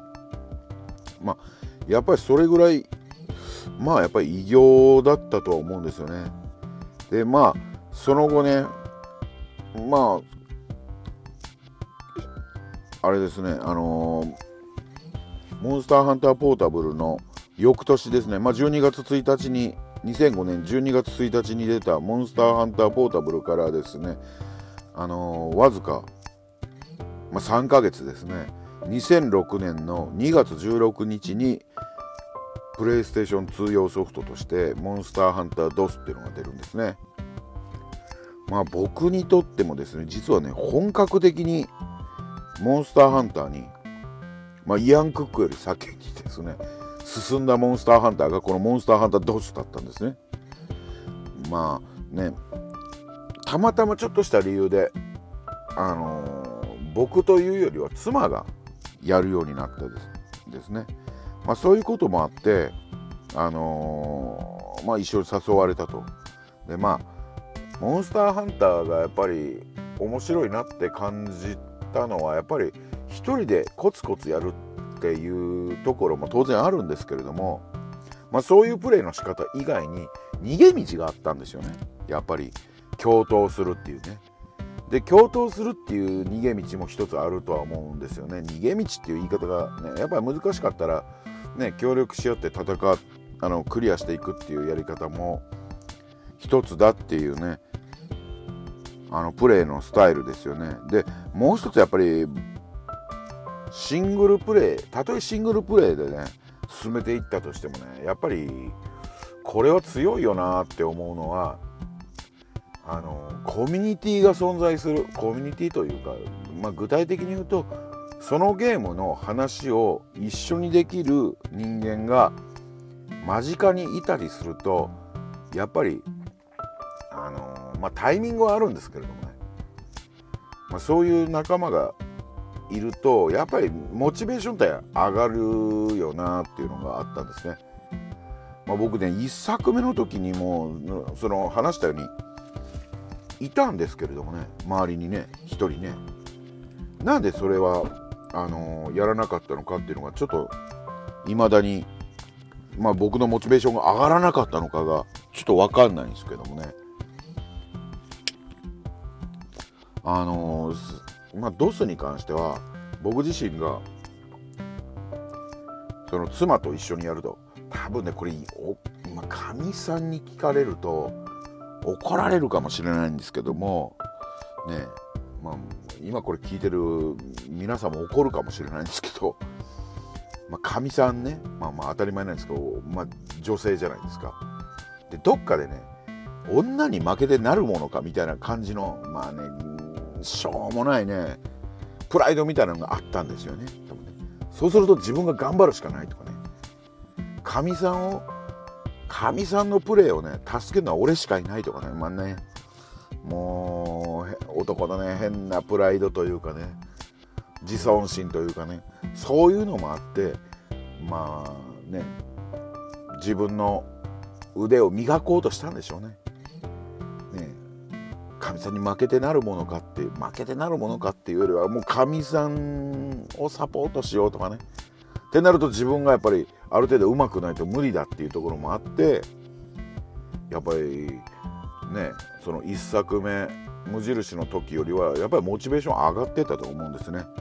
やっぱりそれぐらいやっぱり偉業だったとは思うんですよね。でその後ね、あれですね、モンスターハンターポータブルの翌年ですね、12月1日に2005年12月1日に出たモンスターハンターポータブルからですね、わずか、3ヶ月ですね、2006年の2月16日にプレイステーション2用ソフトとしてモンスターハンター DOS っていうのが出るんですね。僕にとってもですね、実はね本格的にモンスターハンターに、イアン・クックより先にですね進んだモンスターハンターがこのモンスターハンター DOS だったんですね。たまたまちょっとした理由で僕というよりは妻がやるようになったですね。そういうこともあって一緒に誘われたと。でモンスターハンターがやっぱり面白いなって感じたのは、やっぱり一人でコツコツやるっていうところも当然あるんですけれども、そういうプレイの仕方以外に逃げ道があったんですよね。やっぱり共闘するっていうね。で共闘するっていう逃げ道も一つあるとは思うんですよね。逃げ道っていう言い方がねやっぱり難しかったらね、協力し合ってクリアしていくっていうやり方も一つだっていうね、プレイのスタイルですよね。でもう一つやっぱりシングルプレイ、たとえシングルプレイでね進めていったとしてもね、やっぱりこれは強いよなって思うのはコミュニティが存在する、コミュニティというか、具体的に言うとそのゲームの話を一緒にできる人間が間近にいたりすると、やっぱりタイミングはあるんですけれどもね、そういう仲間がいるとやっぱりモチベーションって上がるよなっていうのがあったんですね。僕ね1作目の時にも話したようにいたんですけれどもね、周りにね一人ね、なんでそれはやらなかったのかっていうのがちょっと未だに僕のモチベーションが上がらなかったのかがちょっと分かんないんですけどもね、DOS に関しては僕自身がその妻と一緒にやると、多分ねこれかみさんに聞かれると怒られるかもしれないんですけどもね、今これ聞いてる皆さんも怒るかもしれないんですけど、かみさんね、当たり前なんですけど、女性じゃないですか。 でどっかでね、女に負けてなるものかみたいな感じの、まあね、しょうもないねプライドみたいなのがあったんですよね、多分ね。そうすると自分が頑張るしかないとかね、かみさんのプレーをね助けるのは俺しかいないとかね、まあね、もう男のね変なプライドというかね、自尊心というかね、そういうのもあって、まあね、自分の腕を磨こうとしたんでしょうね。かみさんに負けてなるものかっていうよりは、もうかみさんをサポートしようとかねってなると、自分がやっぱりある程度上手くないと無理だっていうところもあって、やっぱりね、その1作目無印の時よりはやっぱりモチベーション上がってたと思うんですね。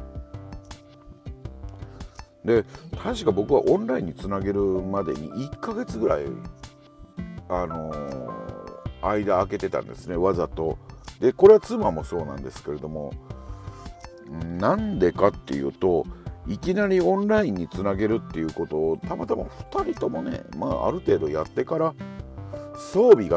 で確か僕はオンラインにつなげるまでに1ヶ月ぐらい間空けてたんですね、わざと。でこれは妻もそうなんですけれども、なんでかっていうと、いきなりオンラインにつなげるっていうことをたまたま2人ともね、ある程度やってから、装備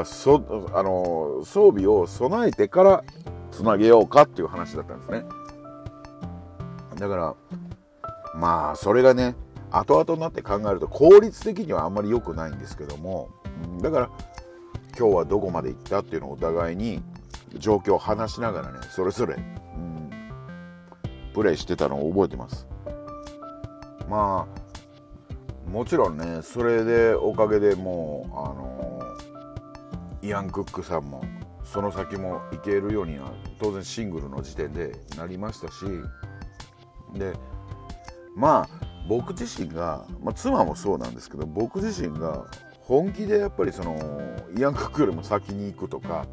を備えてからつなげようかっていう話だったんですね。だからそれがね、後々になって考えると効率的にはあんまり良くないんですけども、だから今日はどこまで行ったっていうのをお互いに状況を話しながらね、それぞれ、プレイしてたのを覚えてます。もちろんね、それでおかげでもうイアン・クックさんもその先もいけるようには当然シングルの時点でなりましたし、で僕自身が、妻もそうなんですけど、僕自身が本気でやっぱりそのイアン・クックよりも先に行くとか、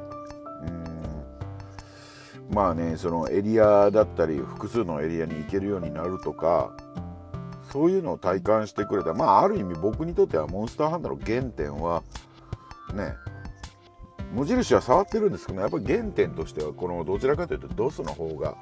そのエリアだったり複数のエリアに行けるようになるとか、そういうのを体感してくれた、ある意味僕にとってはモンスターハンターの原点はね、無印は触ってるんですけど、やっぱり原点としてはこのどちらかというとドスの方が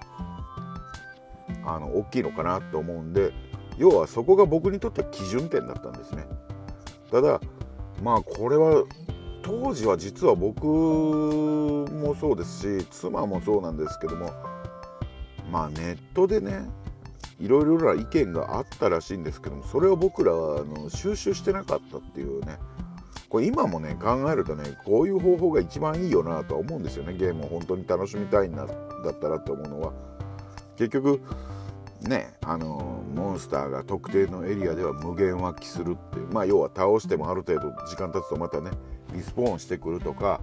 大きいのかなと思うんで、要はそこが僕にとっては基準点だったんですね。ただこれは当時は実は僕もそうですし妻もそうなんですけども、ネットでねいろいろな意見があったらしいんですけども、それを僕らは収集してなかったっていうね、これ今もね考えるとね、こういう方法が一番いいよなとは思うんですよね。ゲームを本当に楽しみたいんだったらって思うのは、結局ね、モンスターが特定のエリアでは無限湧きするっていう、要は倒してもある程度時間経つとまたねリスポーンしてくるとか、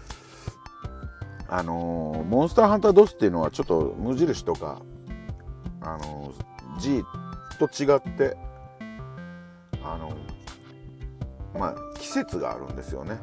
モンスターハンタードスっていうのはちょっと無印とかG と違って季節があるんですよね。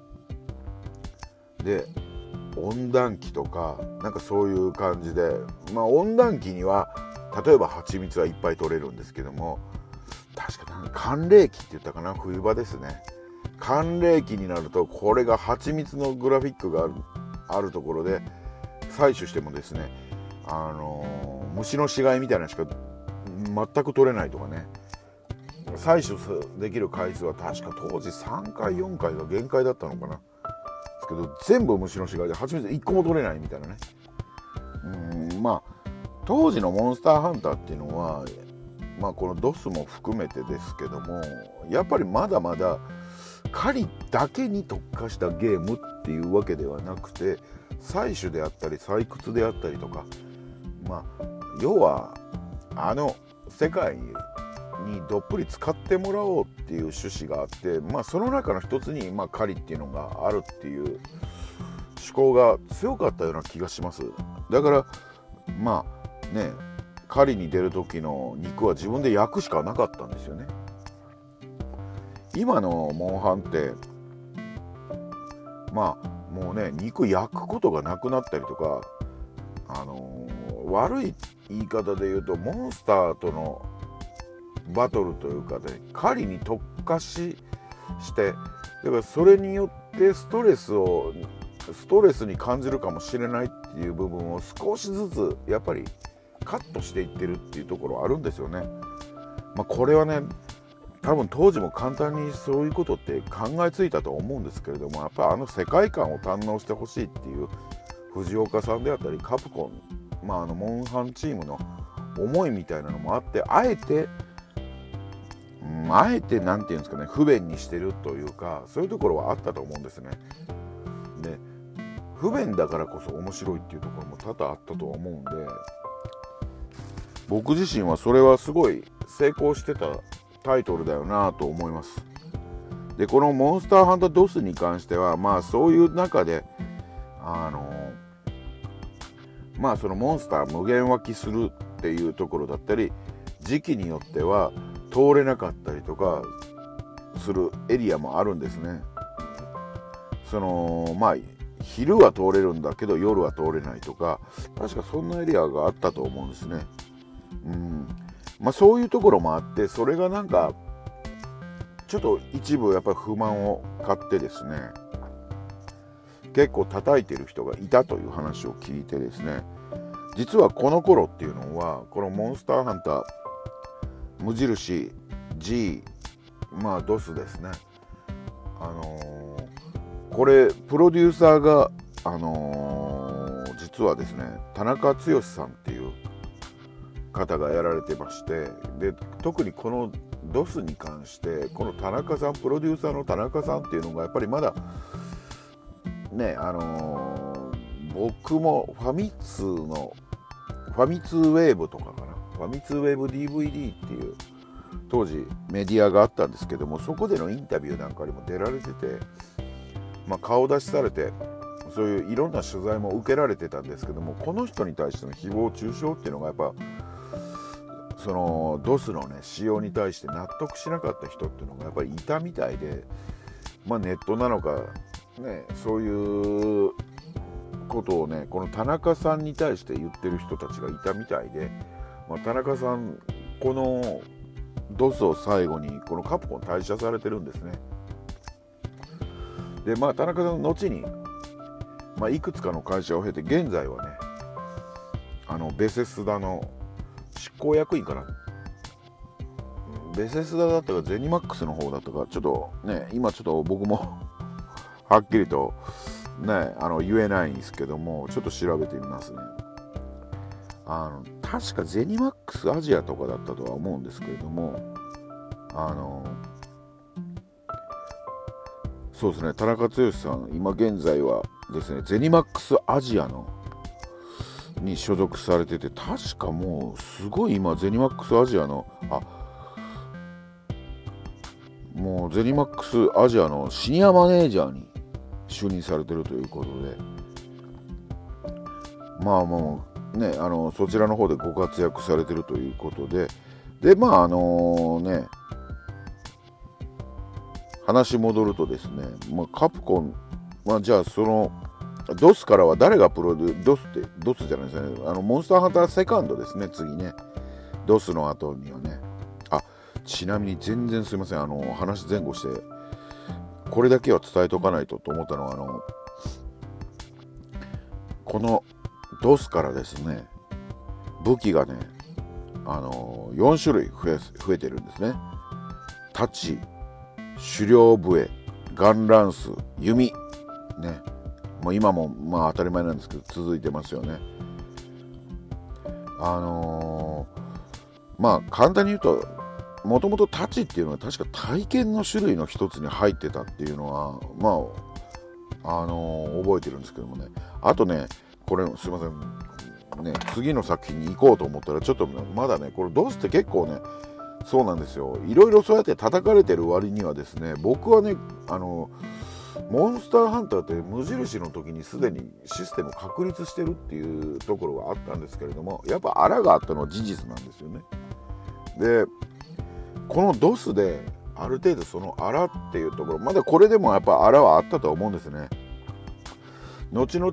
で温暖期とかそういう感じで、温暖期には例えば蜂蜜はいっぱい取れるんですけども、確か寒冷期って言ったかな、冬場ですね。寒冷期になるとこれが蜂蜜のグラフィックがあるところで採取してもですね、虫の死骸みたいなのしか全く取れないとかね、採取できる回数は確か当時3回4回が限界だったのかなですけど、全部虫の死骸で蜂蜜1個も取れないみたいなね。当時のモンスターハンターっていうのは、このドスも含めてですけども、やっぱりまだまだ狩りだけに特化したゲームっていうわけではなくて、採取であったり採掘であったりとか、要は世界にどっぷり使ってもらおうっていう趣旨があって、その中の一つに狩りっていうのがあるっていう思考が強かったような気がします。だから狩りに出る時の肉は自分で焼くしかなかったんですよね。今のモンハンってもうね肉焼くことがなくなったりとか、悪い言い方で言うとモンスターとのバトルというかね、狩りに特化してだからそれによってストレスに感じるかもしれないっていう部分を少しずつやっぱりカットしていってるっていうところあるんですよね。これはね多分当時も簡単にそういうことって考えついたと思うんですけれども、やっぱり世界観を堪能してほしいっていう藤岡さんであったりカプコン、モンハンチームの思いみたいなのもあって、あえてなんていうんですかね、不便にしてるというか、そういうところはあったと思うんですね。で、不便だからこそ面白いっていうところも多々あったとは思うんで、僕自身はそれはすごい成功してたタイトルだよなと思います。で、このモンスターハンタードスに関しては、そういう中でそのモンスター無限湧きするっていうところだったり、時期によっては通れなかったりとかするエリアもあるんですね。昼は通れるんだけど夜は通れないとか、確かそんなエリアがあったと思うんですね。そういうところもあって、それがなんかちょっと一部やっぱり不満を買ってですね、結構叩いてる人がいたという話を聞いてですね、実はこの頃っていうのは、このモンスターハンター無印 G ドスですね、これプロデューサーが実はですね、田中剛さんっていう方がやられてまして、で特にこのドスに関してこの田中さん、プロデューサーの田中さんっていうのがやっぱりまだね、僕もファミ通ウェーブとかかな、ファミ通ウェーブ DVD っていう当時メディアがあったんですけども、そこでのインタビューなんかにも出られてて、顔出しされて、そういういろんな取材も受けられてたんですけども、この人に対しての誹謗中傷っていうのがやっぱそのドスのね仕様に対して納得しなかった人っていうのがやっぱりいたみたいで、ネットなのかね、そういうことをね、この田中さんに対して言ってる人たちがいたみたいで、田中さんこのドスを最後にこのカプコン退社されてるんですね。で田中さんの後に、いくつかの会社を経て現在はね、ベセスダの執行役員かな、ベセスダだったかゼニマックスの方だったか、ちょっとね今ちょっと僕もはっきりとね言えないんですけども、ちょっと調べてみますね。確かゼニマックスアジアとかだったとは思うんですけれども、そうですね、田中剛さん今現在はですね、ゼニマックスアジアに所属されてて、確かもうすごい今ゼニマックスアジアのもうゼニマックスアジアのシニアマネージャーに就任されてるということで、もうねそちらの方でご活躍されてるということで、話戻るとですね、カプコンじゃあそのドスからは誰がプロデュースドスじゃないですね、モンスターハンターセカンドですね、次ね、ドスの後にはね、ちなみに全然すいません、話前後してこれだけは伝えとかないと思ったのは、このドスからですね、武器がね4種類増えてるんですね。太刀、狩猟笛、ガンランス、弓ね、今も当たり前なんですけど続いてますよね。簡単に言うと、もともと太刀っていうのは確か体験の種類の一つに入ってたっていうのは覚えてるんですけどもね。あとね、これすいませんね、次の作品に行こうと思ったらちょっとまだね、これドスって結構ね、そうなんですよ、いろいろそうやって叩かれてる割にはですね、僕はねモンスターハンターって無印の時にすでにシステム確立してるっていうところがあったんですけれども、やっぱあらがあったのは事実なんですよね。でこのドスである程度そのあらっていうところ、まだこれでもやっぱあらはあったとは思うんですね。後々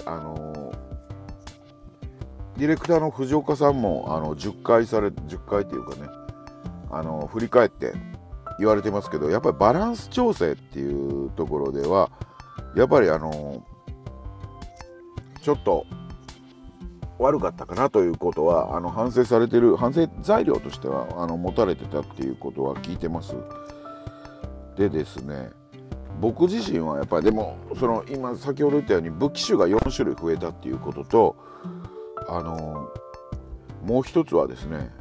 ディレクターの藤岡さんも10回っていうかね、振り返って言われてますけど、やっぱりバランス調整っていうところではやっぱりちょっと悪かったかなということは反省されてる、反省材料としては持たれてたっていうことは聞いてます。でですね、僕自身はやっぱりでも今先ほど言ったように武器種が4種類増えたっていうことと、もう一つはですね、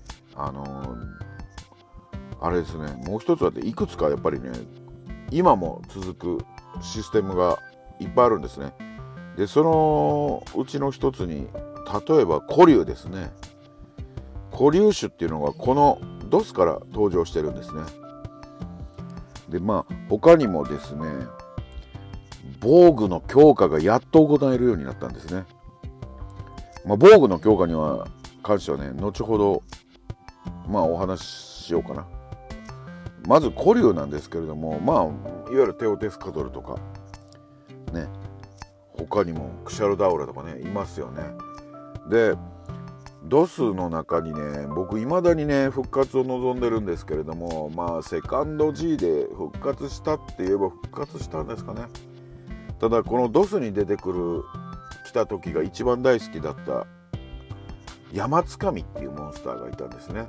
あれですね、もう一つはでいくつかやっぱりね、今も続くシステムがいっぱいあるんですね。でそのうちの一つに例えば古竜ですね。古竜種っていうのがこのドスから登場してるんですね。で他にもですね、防具の強化がやっと行えるようになったんですね。防具の強化には関してはね、後ほどお話ししようかな。まず古竜なんですけれども、いわゆるテオテスカトルとかね、他にもクシャルダウラとかねいますよね。でドスの中にね、僕いまだにね復活を望んでるんですけれども、セカンド G で復活したって言えば復活したんですかね。ただこのドスに出て来た時が一番大好きだった山つかみっていうモンスターがいたんですね。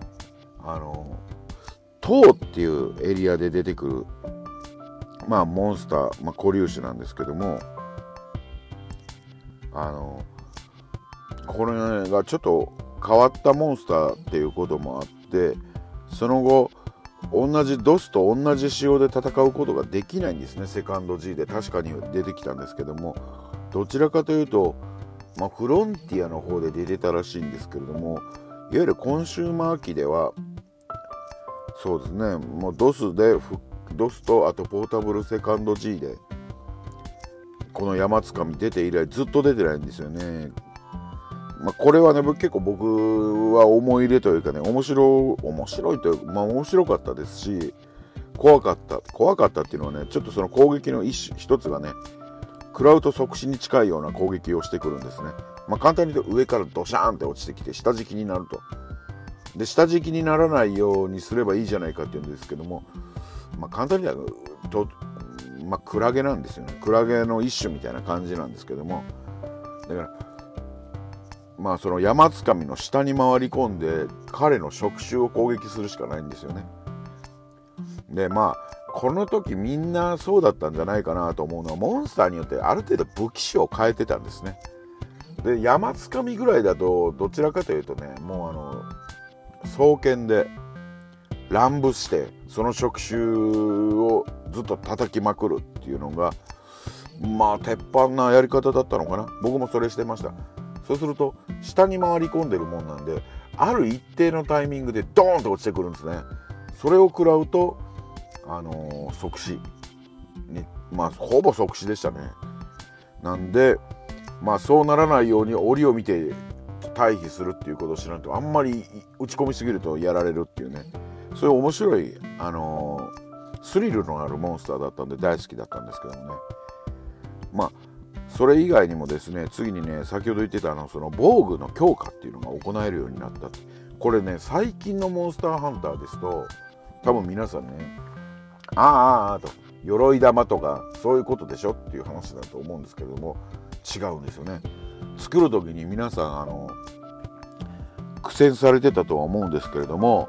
塔っていうエリアで出てくるモンスター、古竜種なんですけども、これがちょっと変わったモンスターっていうこともあって、その後同じドスと同じ仕様で戦うことができないんですね。セカンド G で確かに出てきたんですけども、どちらかというと、フロンティアの方で出てたらしいんですけれども、いわゆるコンシューマー機ではそうですね、もうドスとあとポータブルセカンド G でこの山つかみ出て以来ずっと出てないんですよね。これはね、結構僕は思い入れというかね、面白いというか、面白かったですし、怖かったっていうのはね、ちょっとその攻撃の一つがね、食らうと即死に近いような攻撃をしてくるんですね。簡単に言うと上からドシャーンって落ちてきて下敷きになると。で下敷きにならないようにすればいいじゃないかっていうんですけども、簡単に言うとクラゲなんですよね。クラゲの一種みたいな感じなんですけども、だからその山つかみの下に回り込んで彼の触手を攻撃するしかないんですよね。でこの時みんなそうだったんじゃないかなと思うのは、モンスターによってある程度武器種を変えてたんですね。で山つかみぐらいだとどちらかというとね、もう双剣で乱舞してその触手をずっと叩きまくるっていうのが鉄板なやり方だったのかな。僕もそれしてました。そうすると下に回り込んでるもんなんで、ある一定のタイミングでドーンと落ちてくるんですね。それを食らうと即死に、ほぼ即死でしたね。なんでそうならないように檻を見て退避するっていうことをしないと、あんまり打ち込みすぎるとやられるっていうね、そういう面白いスリルのあるモンスターだったんで大好きだったんですけどもね。それ以外にもですね、次にね、先ほど言ってたその防具の強化っていうのが行えるようになった。これね、最近のモンスターハンターですと多分皆さんね、と鎧玉とかそういうことでしょっていう話だと思うんですけれども、違うんですよね。作る時に皆さん苦戦されてたとは思うんですけれども、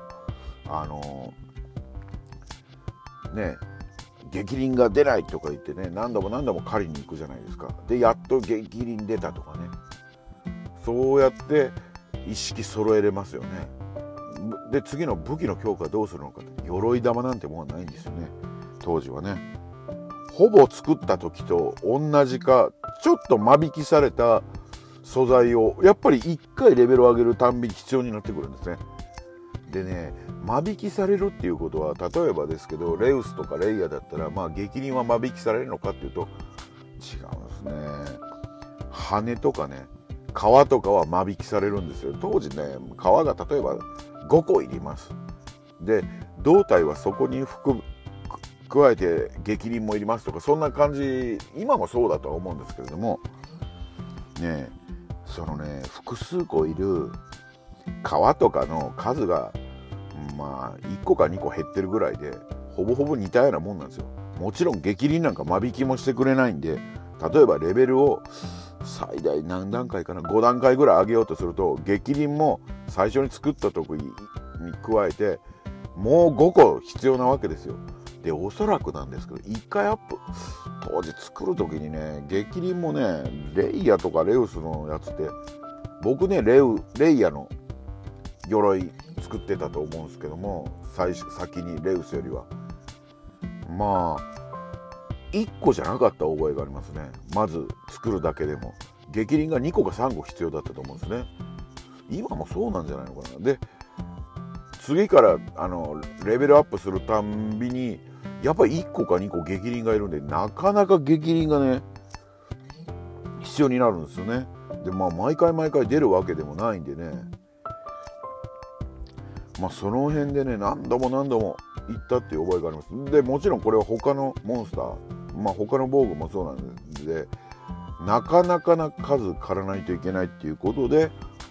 激鱗が出ないとか言ってね、何度も狩りに行くじゃないですか。でやっと激鱗出たとかね、そうやって意識揃えれますよね。で次の武器の強化どうするのかって、鎧玉なんてもんはないんですよね、当時はね。ほぼ作った時と同じかちょっと間引きされた素材をやっぱり1回レベルを上げるたんびに必要になってくるんですね。でね、間引きされるっていうことは、例えばですけどレウスとかレイヤだったら激鱗は間引きされるのかっていうと違うんですね。羽とかね、皮とかは間引きされるんですよ。当時ね、皮が例えば5個いります。で胴体はそこに加えて激鱗もいりますとか、そんな感じ、今もそうだとは思うんですけれどもね、複数個いる皮とかの数が1個か2個減ってるぐらいで、ほぼほぼ似たようなもんなんですよ。もちろん激鱗なんか間引きもしてくれないんで、例えばレベルを最大何段階かな、5段階ぐらい上げようとすると、逆鱗も最初に作った時に加えてもう5個必要なわけですよ。でおそらくなんですけど、1回アップ当時作る時にね、逆鱗もねレイヤとかレウスのやつって、僕ねレイヤの鎧作ってたと思うんですけども、先にレウスよりはまあ1個じゃなかった覚えがありますね。まず作るだけでも逆鱗が2個か3個必要だったと思うんですね。今もそうなんじゃないのかな。で次からレベルアップするたんびにやっぱり1個か2個逆鱗がいるんで、なかなか逆鱗がね必要になるんですよね。で毎回出るわけでもないんでね、その辺でね何度も行ったっていう覚えがあります。でもちろんこれは他のモンスター、他の防具もそうなんで、なかなかな数狩らないといけないっていうことで、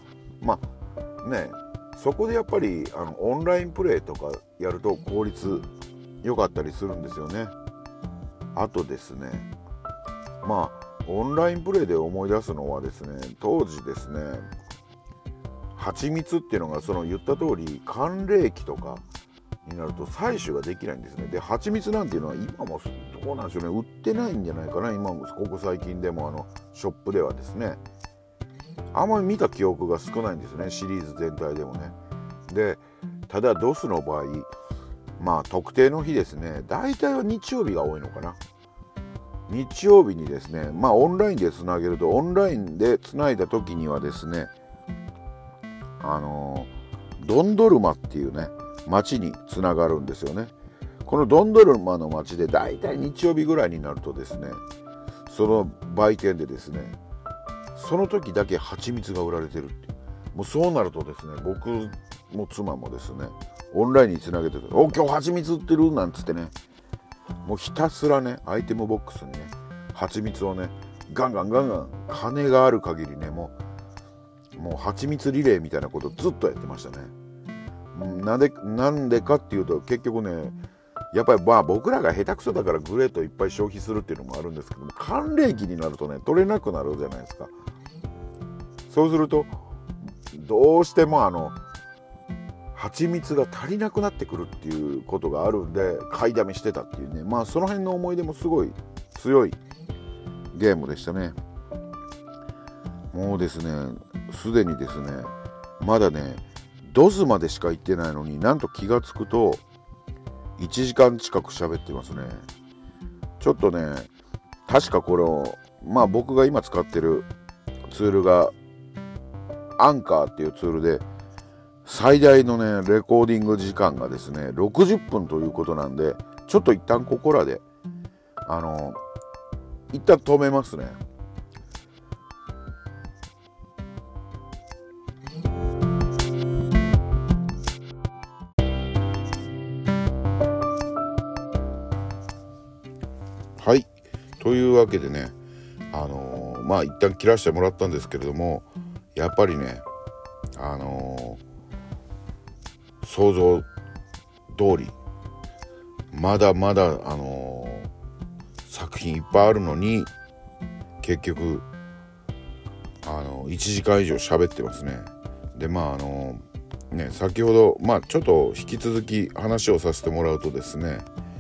そこでやっぱりオンラインプレイとかやると効率良かったりするんですよね。あとですね、オンラインプレイで思い出すのはですね、当時ですね、蜂蜜っていうのが言った通り寒冷期とかになると採取ができないんですね。で蜂蜜なんていうのは今もどうなんでしょうね、売ってないんじゃないかな。今もここ最近でもショップではですね、あんまり見た記憶が少ないんですね、シリーズ全体でもね。でただドスの場合、特定の日ですね、大体は日曜日が多いのかな。日曜日にですね、オンラインでつなげると、オンラインでつないだ時にはですね、ドンドルマっていうね町につながるんですよね。このドンドルマの町でだいたい日曜日ぐらいになるとですね、その売店でですね、その時だけ蜂蜜が売られてるっていう。もうそうなるとですね、僕も妻もですねオンラインにつなげてて、お今日蜂蜜売ってるなんつってね、もうひたすらねアイテムボックスにね蜂蜜をねガンガン金がある限りね、もう蜂蜜リレーみたいなことをずっとやってましたね。なんでかっていうと、結局ねやっぱり僕らが下手くそだからグレートいっぱい消費するっていうのもあるんですけども、寒冷期になるとね取れなくなるじゃないですか。そうするとどうしても蜂蜜が足りなくなってくるっていうことがあるんで、買いだめしてたっていうね、その辺の思い出もすごい強いゲームでしたね。もうですねすでにですね、まだねドスまでしか行ってないのに、なんと気がつくと1時間近く喋ってますね。ちょっとね、確かこれを僕が今使ってるツールがアンカーっていうツールで、最大のねレコーディング時間がですね60分ということなんで、ちょっと一旦ここらで一旦止めますね。はい、というわけでね、一旦切らしてもらったんですけれども、やっぱりね想像通りまだまだ作品いっぱいあるのに、結局1時間以上喋ってますね。で先ほどちょっと引き続き話をさせてもらうとですね、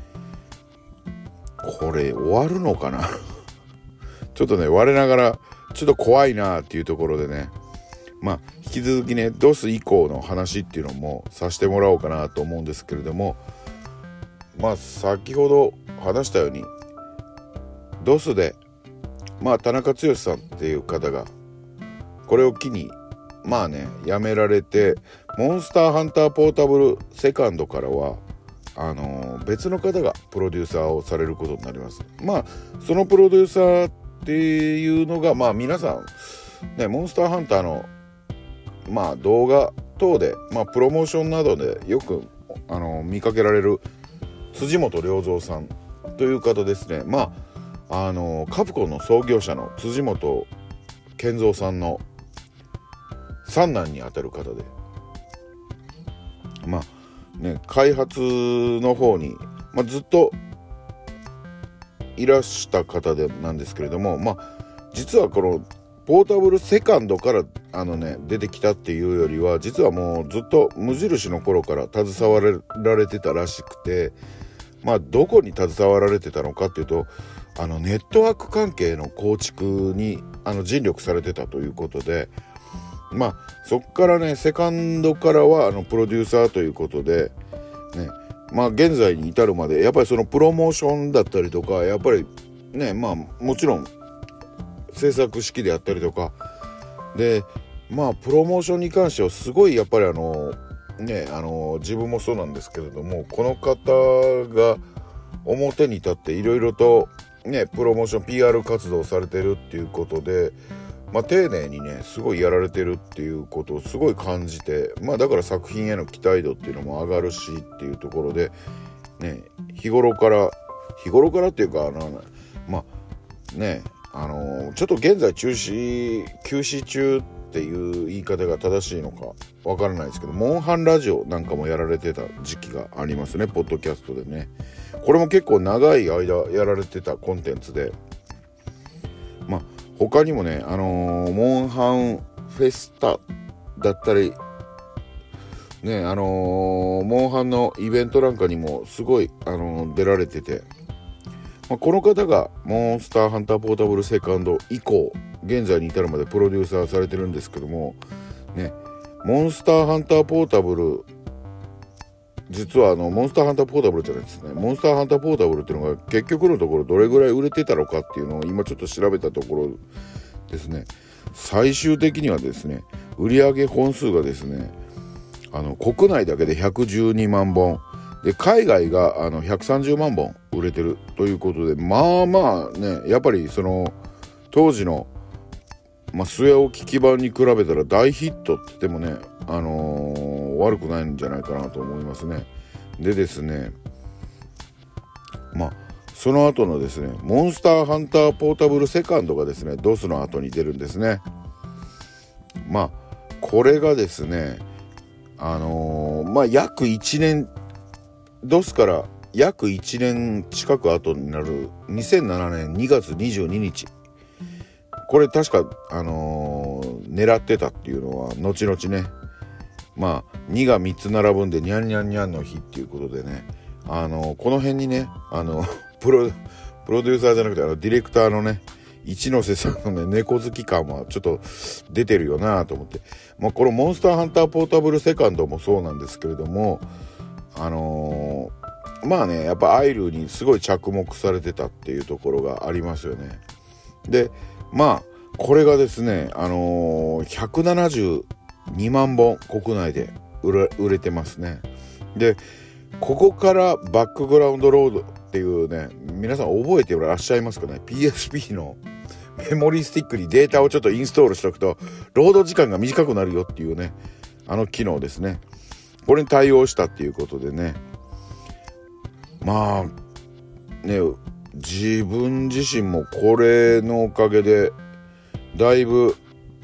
これ終わるのかなちょっとね我ながらちょっと怖いなっていうところでね、引き続きねドス以降の話っていうのもさせてもらおうかなと思うんですけれども、先ほど話したようにドスで田中剛さんっていう方がこれを機に辞められて、モンスターハンターポータブルセカンドからは別の方がプロデューサーをされることになります。そのプロデューサーっていうのが皆さんね、モンスターハンターの動画等でプロモーションなどでよく見かけられる辻本良三さんという方ですね。カプコンの創業者の辻本健三さんの三男にあたる方で、開発の方に、ずっといらした方でなんですけれども、実はこのポータブルセカンドから出てきたっていうよりは、実はもうずっと無印の頃から携わられてたらしくて、どこに携わられてたのかっていうと、ネットワーク関係の構築に尽力されてたということで、そっからね、セカンドからはプロデューサーということでね、現在に至るまでやっぱりそのプロモーションだったりとか、やっぱりね、もちろん制作式であったりとかで、プロモーションに関してはすごいやっぱり自分もそうなんですけれども、この方が表に立っていろいろとね、プロモーション PR 活動されてるっていうことで、丁寧にねすごいやられてるっていうことをすごい感じて、だから作品への期待度っていうのも上がるしっていうところでね、日頃からっていうかちょっと現在休止中っていう言い方が正しいのかわからないですけど、モンハンラジオなんかもやられてた時期がありますね、ポッドキャストでね。これも結構長い間やられてたコンテンツで、他にもね、モンハンフェスタだったりね、モンハンのイベントなんかにもすごい出られてて、この方がモンスターハンターポータブルセカンド以降現在に至るまでプロデューサーされてるんですけどもね、モンスターハンターポータブル、実はモンスターハンターポータブルじゃないですね、モンスターハンターポータブルっていうのが結局のところどれぐらい売れてたのかっていうのを今ちょっと調べたところですね、最終的にはですね、売上本数がですね、国内だけで112万本で、海外が130万本売れてるということで、ね、やっぱりその当時の据え置き基盤に比べたら大ヒットって言ってもね、悪くないんじゃないかなと思いますね。でですね、その後のですね、モンスターハンターポータブルセカンドがですね、ドスの後に出るんですね。これがですね、約1年、ドスから約1年近く後になる2007年2月22日、これ確か狙ってたっていうのは後々ね、2が3つ並ぶんでニャンニャンニャンの日っていうことでね、この辺にねプロデューサーじゃなくてディレクターのね一ノ瀬さんのね猫好き感はちょっと出てるよなと思って、このモンスターハンターポータブルセカンドもそうなんですけれども、やっぱアイルにすごい着目されてたっていうところがありますよね。でこれがですね、172万本国内で売れてますね。でここからバックグラウンドロードっていうね、皆さん覚えていらっしゃいますかね。 PSP のメモリースティックにデータをちょっとインストールしておくとロード時間が短くなるよっていうね、機能ですね。これに対応したっていうことでね、自分自身もこれのおかげでだいぶ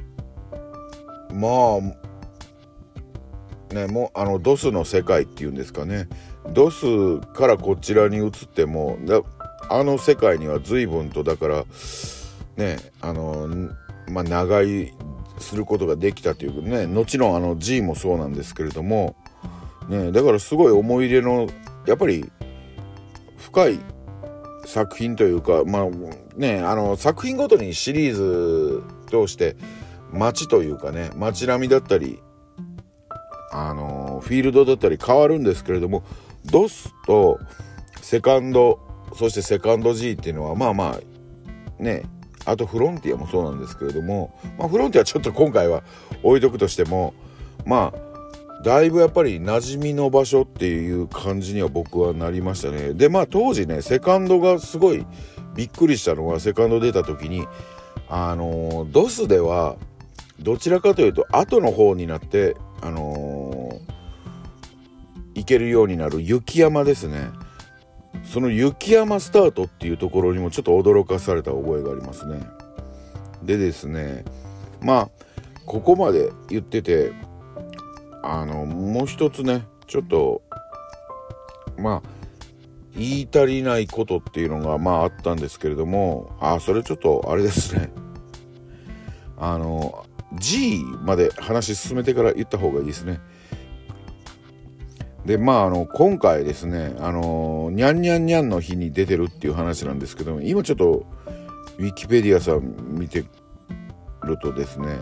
もうDOS の世界っていうんですかね、DOS からこちらに移っても世界には随分とだからね長居することができたというね、後のG もそうなんですけれどもね、だからすごい思い入れのやっぱり深い作品というか、作品ごとにシリーズ通して街というかね、街並みだったりフィールドだったり変わるんですけれども、DOS とセカンド、そしてセカンド G っていうのはあとフロンティアもそうなんですけれども、フロンティアちょっと今回は置いとくとしてもだいぶやっぱり馴染みの場所っていう感じには僕はなりましたね。で当時ね、セカンドがすごいびっくりしたのは、セカンド出た時にDOS ではどちらかというと後の方になって行けるようになる雪山ですね。その雪山スタートっていうところにもちょっと驚かされた覚えがありますね。でですね、ここまで言っててもう一つね、ちょっと言い足りないことっていうのがあったんですけれども、それちょっとあれですね、 G まで話進めてから言った方がいいですね。で今回ですねにゃんにゃんにゃんの日に出てるっていう話なんですけども、今ちょっとウィキペディアさん見てるとですね、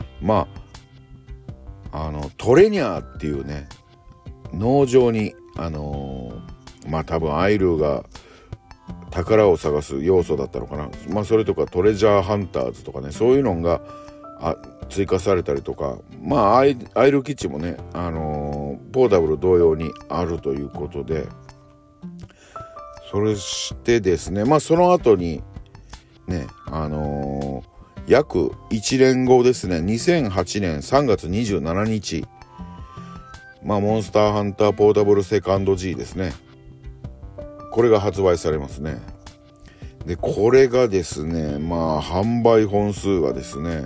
トレニャーっていうね農場に多分アイルーが宝を探す要素だったのかな、それとかトレジャーハンターズとかね、そういうのが追加されたりとか、アイルー基地もね、ポータブル同様にあるということで、そしてですねその後にね約1年後ですね、2008年3月27日モンスターハンターポータブルセカンド G ですね、これが発売されますね。でこれがですね販売本数がですね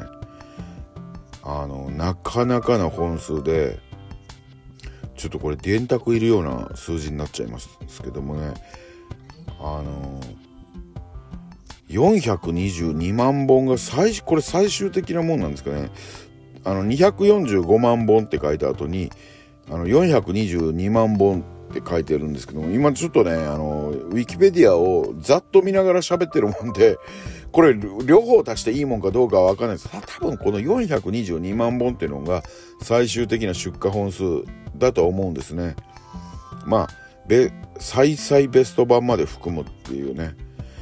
なかなかな本数で、ちょっとこれ電卓いるような数字になっちゃいますけどもね、422万本がこれ最終的なもんなんですかね。245万本って書いた後に422万本って書いてるんですけども、今ちょっとねウィキペディアをざっと見ながら喋ってるもんで、これ両方足していいもんかどうかは分かんないです。多分この422万本っていうのが最終的な出荷本数だと思うんですね。最々ベスト版まで含むっていうね、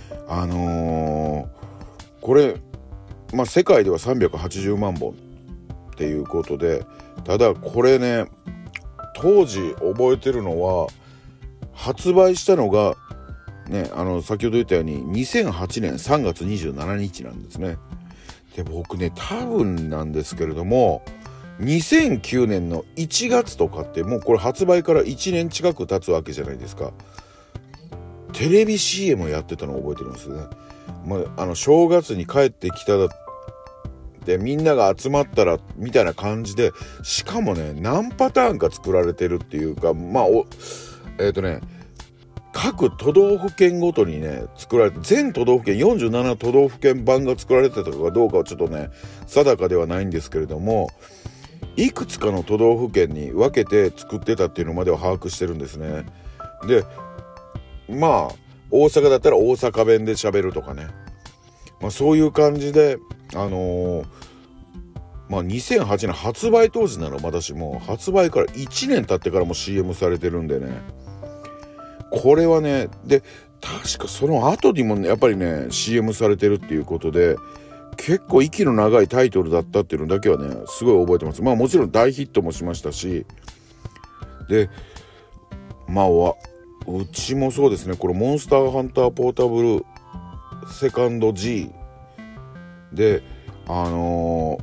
これ世界では380万本っていうことで、ただこれね当時覚えてるのは発売したのがね先ほど言ったように2008年3月27日なんですね。で僕ね多分なんですけれども2009年の1月とかってもうこれ発売から1年近く経つわけじゃないですか。テレビ CM やってたのを覚えてるんですよね。正月に帰ってきたでみんなが集まったらみたいな感じで、しかもね何パターンか作られてるっていうか各都道府県ごとにね作られて、全都道府県47都道府県版が作られてたかどうかはちょっとね定かではないんですけれども、いくつかの都道府県に分けて作ってたっていうのまでは把握してるんですね。で大阪だったら大阪弁で喋るとかね、そういう感じで2008年発売当時ならまだしも発売から1年経ってからも CM されてるんでね、これはねで確かその後にもねやっぱりね CM されてるっていうことで、結構息の長いタイトルだったっていうのだけはねすごい覚えてます。もちろん大ヒットもしましたし、でうちもそうですね、これモンスターハンターポータブルセカンド G でこ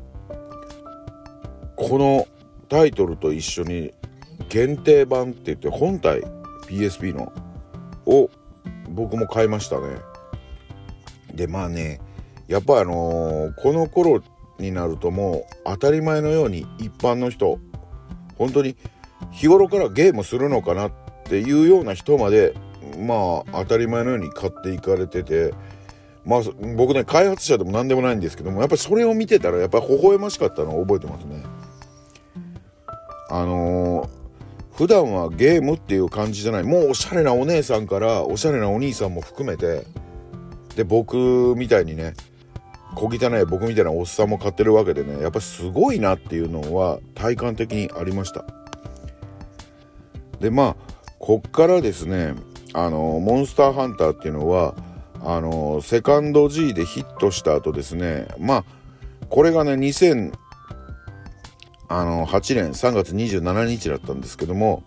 のタイトルと一緒に限定版って言って本体 PSP のを僕も買いましたね。でやっぱこの頃になるともう当たり前のように一般の人、本当に日頃からゲームするのかなっていうような人まで当たり前のように買っていかれてて、僕ね開発者でも何でもないんですけども、やっぱりそれを見てたらやっぱり微笑ましかったのを覚えてますね。普段はゲームっていう感じじゃない、もうおしゃれなお姉さんからおしゃれなお兄さんも含めて、で僕みたいにね小汚い僕みたいなおっさんも買ってるわけでね、やっぱすごいなっていうのは体感的にありました。でこっからですねモンスターハンターっていうのはセカンド G でヒットした後ですね、これがね2008年3月27日だったんですけども、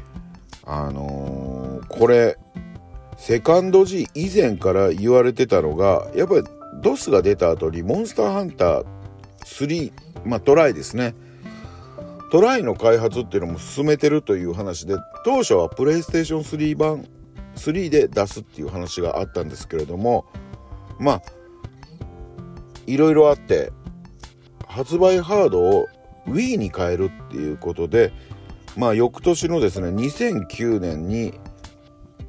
これセカンド G 以前から言われてたのが、やっぱりDOS が出た後にモンスターハンター3、トライですね、トライの開発っていうのも進めてるという話で、当初はプレイステーション3版3で出すっていう話があったんですけれども、いろいろあって発売ハードを Wii に変えるっていうことで、翌年のですね2009年に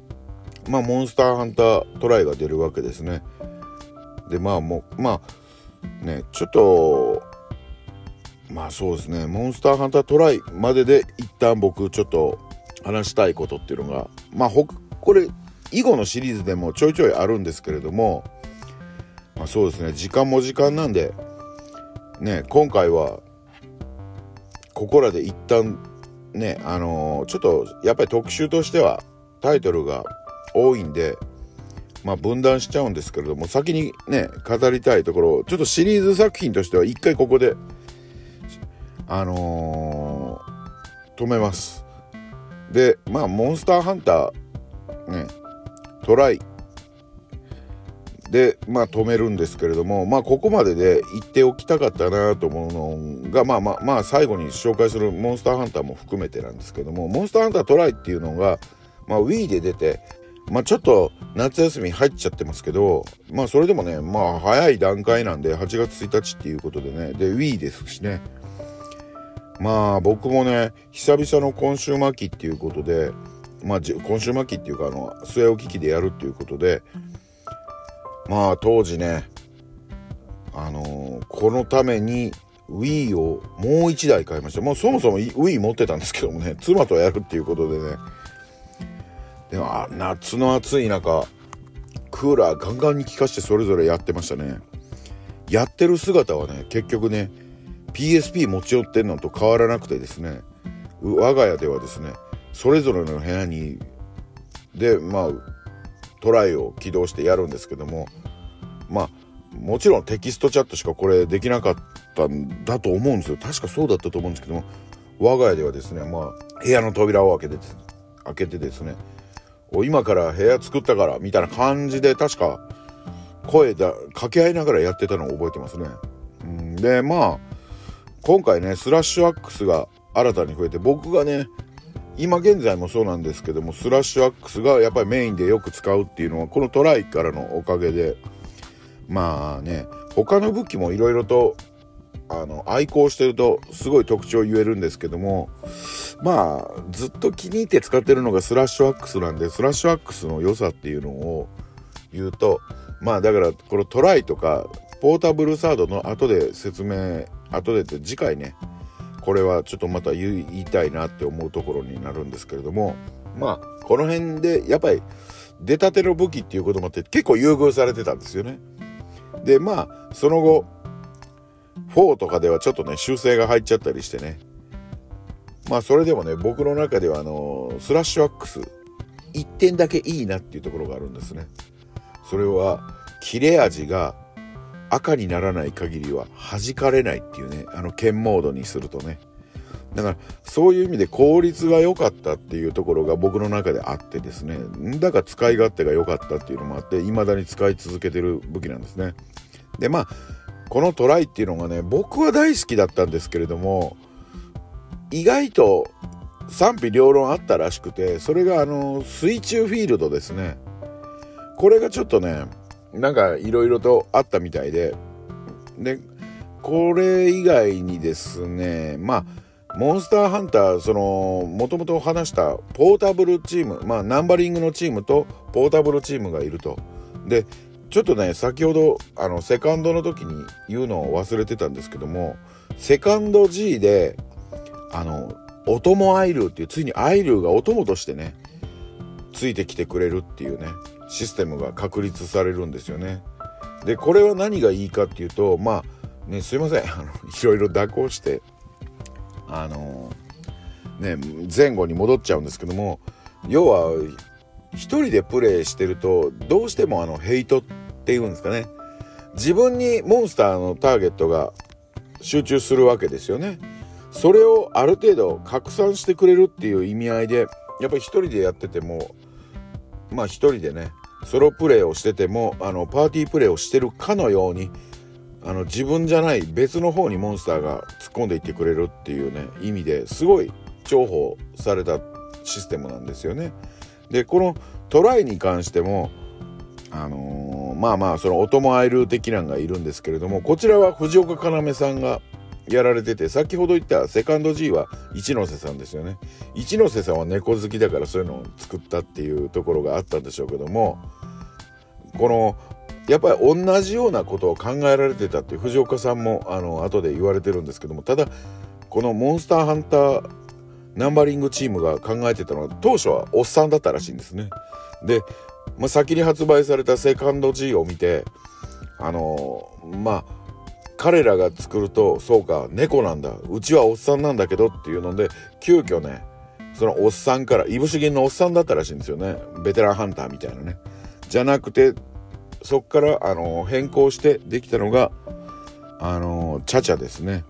モンスターハンタートライが出るわけですね。でねちょっとまあそうですね、モンスターハンタートライまでで一旦僕ちょっと話したいことっていうのが、まあこれ以後のシリーズでもちょいちょいあるんですけれども、まあ、そうですね、時間も時間なんでね、今回はここらで一旦ね、ちょっとやっぱり特集としてはタイトルが多いんで、まあ分断しちゃうんですけれども、先にね語りたいところ、ちょっとシリーズ作品としては一回ここで止めます。でまあモンスターハンターねトライでまあ止めるんですけれども、まあここまでで言っておきたかったなと思うのが、まあ最後に紹介するモンスターハンターも含めてなんですけども、モンスターハンタートライっていうのが、まあ、Wii で出て、まあちょっと夏休み入っちゃってますけど、まあそれでもね、まあ早い段階なんで8月1日っていうことでね、で Wii ですしね、まあ僕もね久々の今週末期っていうことで、まあ今週末期っていうか据え置き機でやるっていうことで、まあ当時ねこのために Wii をもう一台買いました。もうそもそも Wii 持ってたんですけどもね、妻とやるっていうことでね、でも夏の暑い中クーラーガンガンに効かしてそれぞれやってましたね。やってる姿はね結局ね PSP 持ち寄ってんのと変わらなくてですね、我が家ではですねそれぞれの部屋にでまあトライを起動してやるんですけども、まあもちろんテキストチャットしかこれできなかったんだと思うんですよ。確かそうだったと思うんですけども、我が家ではですね、まあ部屋の扉を開けてですね、今から部屋作ったからみたいな感じで確か掛け合いながらやってたのを覚えてますね。でまあ今回ねスラッシュアックスが新たに増えて、僕がね今現在もそうなんですけども、スラッシュアックスがやっぱりメインでよく使うっていうのはこのトライからのおかげで、まあね他の武器もいろいろと愛好してるとすごい特徴言えるんですけども、まあずっと気に入って使ってるのがスラッシュアックスなんで、スラッシュアックスの良さっていうのを言うと、まあだからこのトライとかポータブルサードの後でって次回ねこれはちょっとまた言いたいなって思うところになるんですけれども、まあこの辺でやっぱり出たての武器っていうこともあって結構優遇されてたんですよね。でまあその後4とかではちょっとね修正が入っちゃったりしてね、まあそれでもね僕の中ではスラッシュアックス1点だけいいなっていうところがあるんですね。それは切れ味が赤にならない限りは弾かれないっていうね、剣モードにするとね、だからそういう意味で効率が良かったっていうところが僕の中であってですね、だから使い勝手が良かったっていうのもあって未だに使い続けてる武器なんですね。でまあこのトライっていうのがね僕は大好きだったんですけれども、意外と賛否両論あったらしくて、それが水中フィールドですね。これがちょっとねなんかいろいろとあったみたいで、これ以外にですね、まあモンスターハンターもともと話したポータブルチーム、まあナンバリングのチームとポータブルチームがいると。でちょっとね先ほどセカンドの時に言うのを忘れてたんですけども、セカンド G でお供アイルーっていう、ついにアイルーがお供としてねついてきてくれるっていうねシステムが確立されるんですよね。でこれは何がいいかっていうと、まあねすいませんいろいろ蛇行して前後に戻っちゃうんですけども、要は一人でプレイしてるとどうしてもヘイトっていうんですかね、自分にモンスターのターゲットが集中するわけですよね。それをある程度拡散してくれるっていう意味合いで、やっぱり一人でやっててもまあ一人でねソロプレイをしててもパーティープレイをしてるかのように自分じゃない別の方にモンスターが突っ込んでいってくれるっていうね意味ですごい重宝されたシステムなんですよね。でこのトライに関してもまあそのお供アイル的なのがいるんですけれども、こちらは藤岡要さんがやられてて、先ほど言ったセカンド G は一ノ瀬さんですよね。一ノ瀬さんは猫好きだからそういうのを作ったっていうところがあったんでしょうけども、このやっぱり同じようなことを考えられてたっていう藤岡さんも後で言われてるんですけども、ただこのモンスターハンターナンバリングチームが考えてたのは当初はおっさんだったらしいんですね。で、先に発売されたセカンド G を見て彼らが作るとそうか猫なんだ、うちはおっさんなんだけどっていうので急遽ねそのおっさんからいぶし銀のおっさんだったらしいんですよね。ベテランハンターみたいなねじゃなくて、そっから変更してできたのがチャチャですね。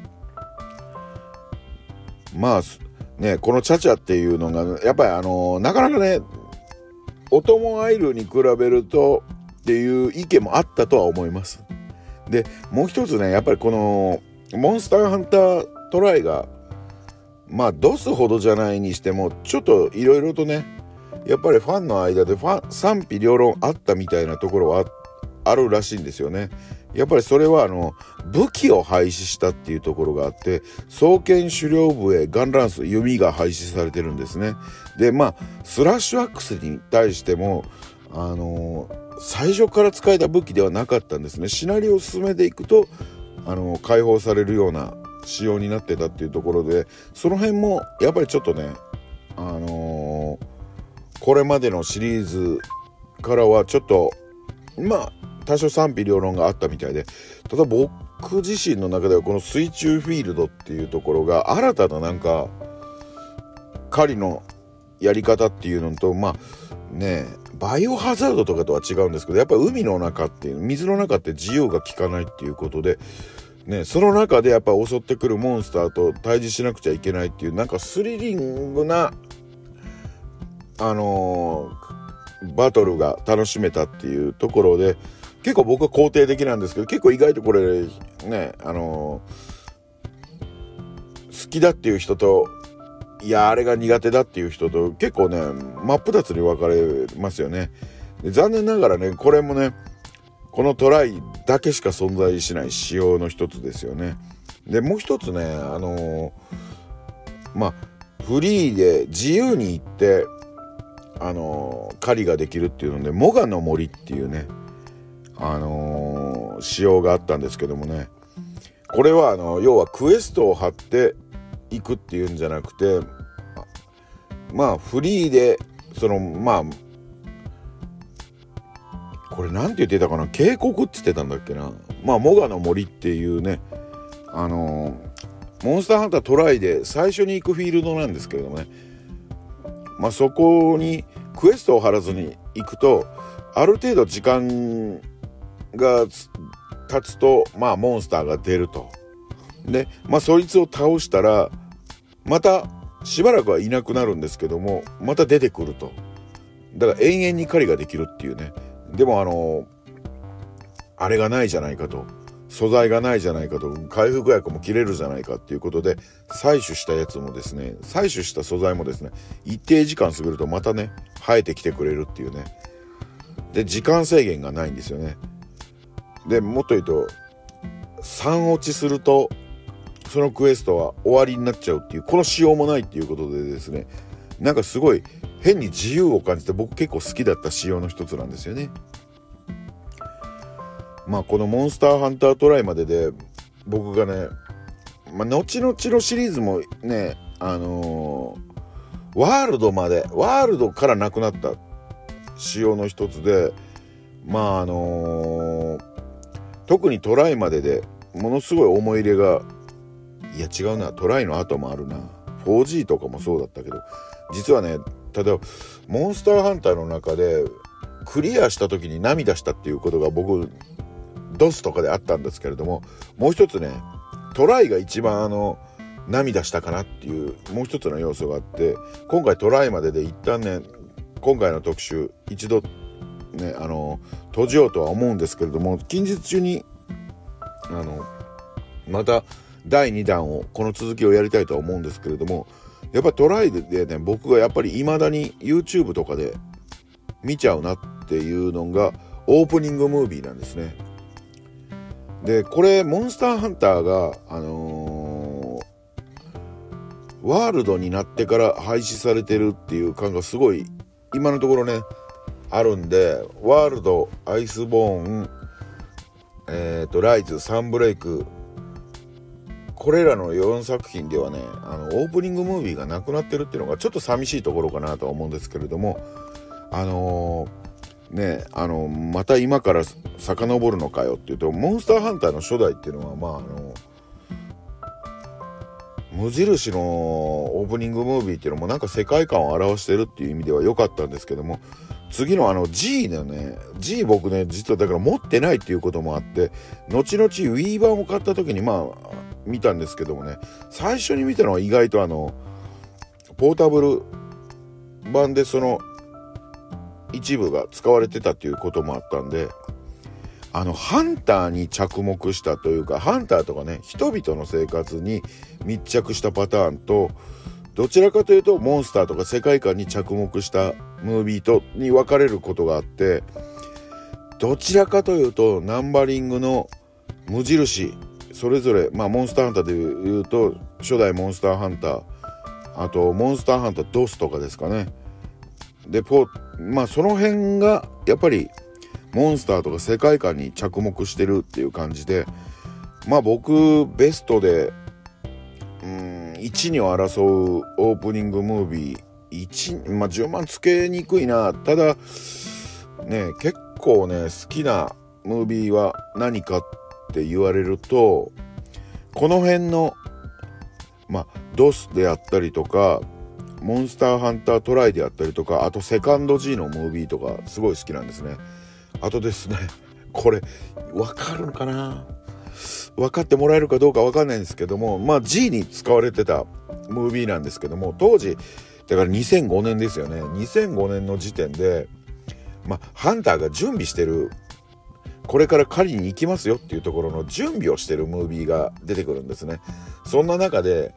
このチャチャっていうのがやっぱりなかなかねオトモアイルに比べるとっていう意見もあったとは思います。でもう一つね、やっぱりこのモンスターハンタートライがドスほどじゃないにしてもちょっといろいろとねやっぱりファンの間で賛否両論あったみたいなところはあるらしいんですよね。やっぱりそれは武器を廃止したっていうところがあって、双剣狩猟笛ガンランス弓が廃止されてるんですね。でスラッシュアックスに対しても最初から使えた武器ではなかったんですね。シナリオを進めていくと解放されるような仕様になってたっていうところで、その辺もやっぱりちょっとねこれまでのシリーズからはちょっと多少賛否両論があったみたいで、ただ僕自身の中ではこの水中フィールドっていうところが新たななんか狩りのやり方っていうのとバイオハザードとかとは違うんですけど、やっぱり海の中っていう水の中って自由が利かないっていうことでその中でやっぱ襲ってくるモンスターと対峙しなくちゃいけないっていうなんかスリリングなバトルが楽しめたっていうところで結構僕は肯定的なんですけど、結構意外とこれね好きだっていう人といやあれが苦手だっていう人と結構ね真っ二つに分かれますよね。で残念ながらねこれもねこのトライだけしか存在しない仕様の一つですよね。でもう一つねフリーで自由に行って狩りができるっていうのでモガの森っていうね仕様があったんですけどもね、これは要はクエストを貼っていくっていうんじゃなくてフリーでこれなんて言ってたかな、渓谷って言ってたんだっけな、モガの森っていうねモンスターハンタートライで最初に行くフィールドなんですけれどもね、そこにクエストを貼らずに行くとある程度時間が経つとモンスターが出ると。でそいつを倒したらまたしばらくはいなくなるんですけどもまた出てくると。だから延々に狩りができるっていうね。でもあれがないじゃないかと、素材がないじゃないかと、回復薬も切れるじゃないかっていうことで採取したやつもですね、採取した素材もですね一定時間過ぎるとまたね生えてきてくれるっていうね。で時間制限がないんですよね。でもっと言うと3落ちするとそのクエストは終わりになっちゃうっていう、この仕様もないっていうことでですね、なんかすごい変に自由を感じて僕結構好きだった仕様の一つなんですよね。このモンスターハンタートライまでで僕がね、後々のシリーズもねワールドからなくなった仕様の一つで特にトライまででものすごい思い入れが、いや違うな、トライの後もあるな、 4G とかもそうだったけど、実はねただモンスターハンターの中でクリアした時に涙したっていうことが僕ドスとかであったんですけれども、もう一つねトライが一番涙したかなっていうもう一つの要素があって、今回トライまでで一旦ね今回の特集一度ね閉じようとは思うんですけれども、近日中にまた第2弾をこの続きをやりたいとは思うんですけれども、やっぱりトライでね僕がやっぱり未だに YouTube とかで見ちゃうなっていうのがオープニングムービーなんですね。でこれモンスターハンターがワールドになってから廃止されてるっていう感がすごい今のところねあるんで、ワールド、アイスボーン、ライズ、サンブレイク、これらの4作品ではね、オープニングムービーがなくなってるっていうのがちょっと寂しいところかなとは思うんですけれども、また今から遡るのかよっていうと、モンスターハンターの初代っていうのは無印のオープニングムービーっていうのもなんか世界観を表してるっていう意味では良かったんですけども、次のG のね G 僕ね実はだから持ってないっていうこともあって、後々 Wii 版を買った時に見たんですけどもね、最初に見たのは意外とポータブル版でその一部が使われてたっていうこともあったんで、ハンターに着目したというか、ハンターとかね人々の生活に密着したパターンと、どちらかというとモンスターとか世界観に着目したムービーに分かれることがあって、どちらかというとナンバリングの無印それぞれ、モンスターハンターでいうと初代モンスターハンター、あとモンスターハンタードスとかですかね。でその辺がやっぱりモンスターとか世界観に着目してるっていう感じで、僕ベストで1、2を争うオープニングムービー10万つけにくいな。ただね、結構ね好きなムービーは何かって言われると、この辺のドスであったりとかモンスターハンタートライであったりとか、あとセカンド G のムービーとかすごい好きなんですね。あとですね、これ分かるのかな、分かってもらえるかどうか分かんないんですけども、G に使われてたムービーなんですけども、当時だから2005年ですよね。2005年の時点でハンターが準備してる、これから狩りに行きますよっていうところの準備をしてるムービーが出てくるんですね。そんな中で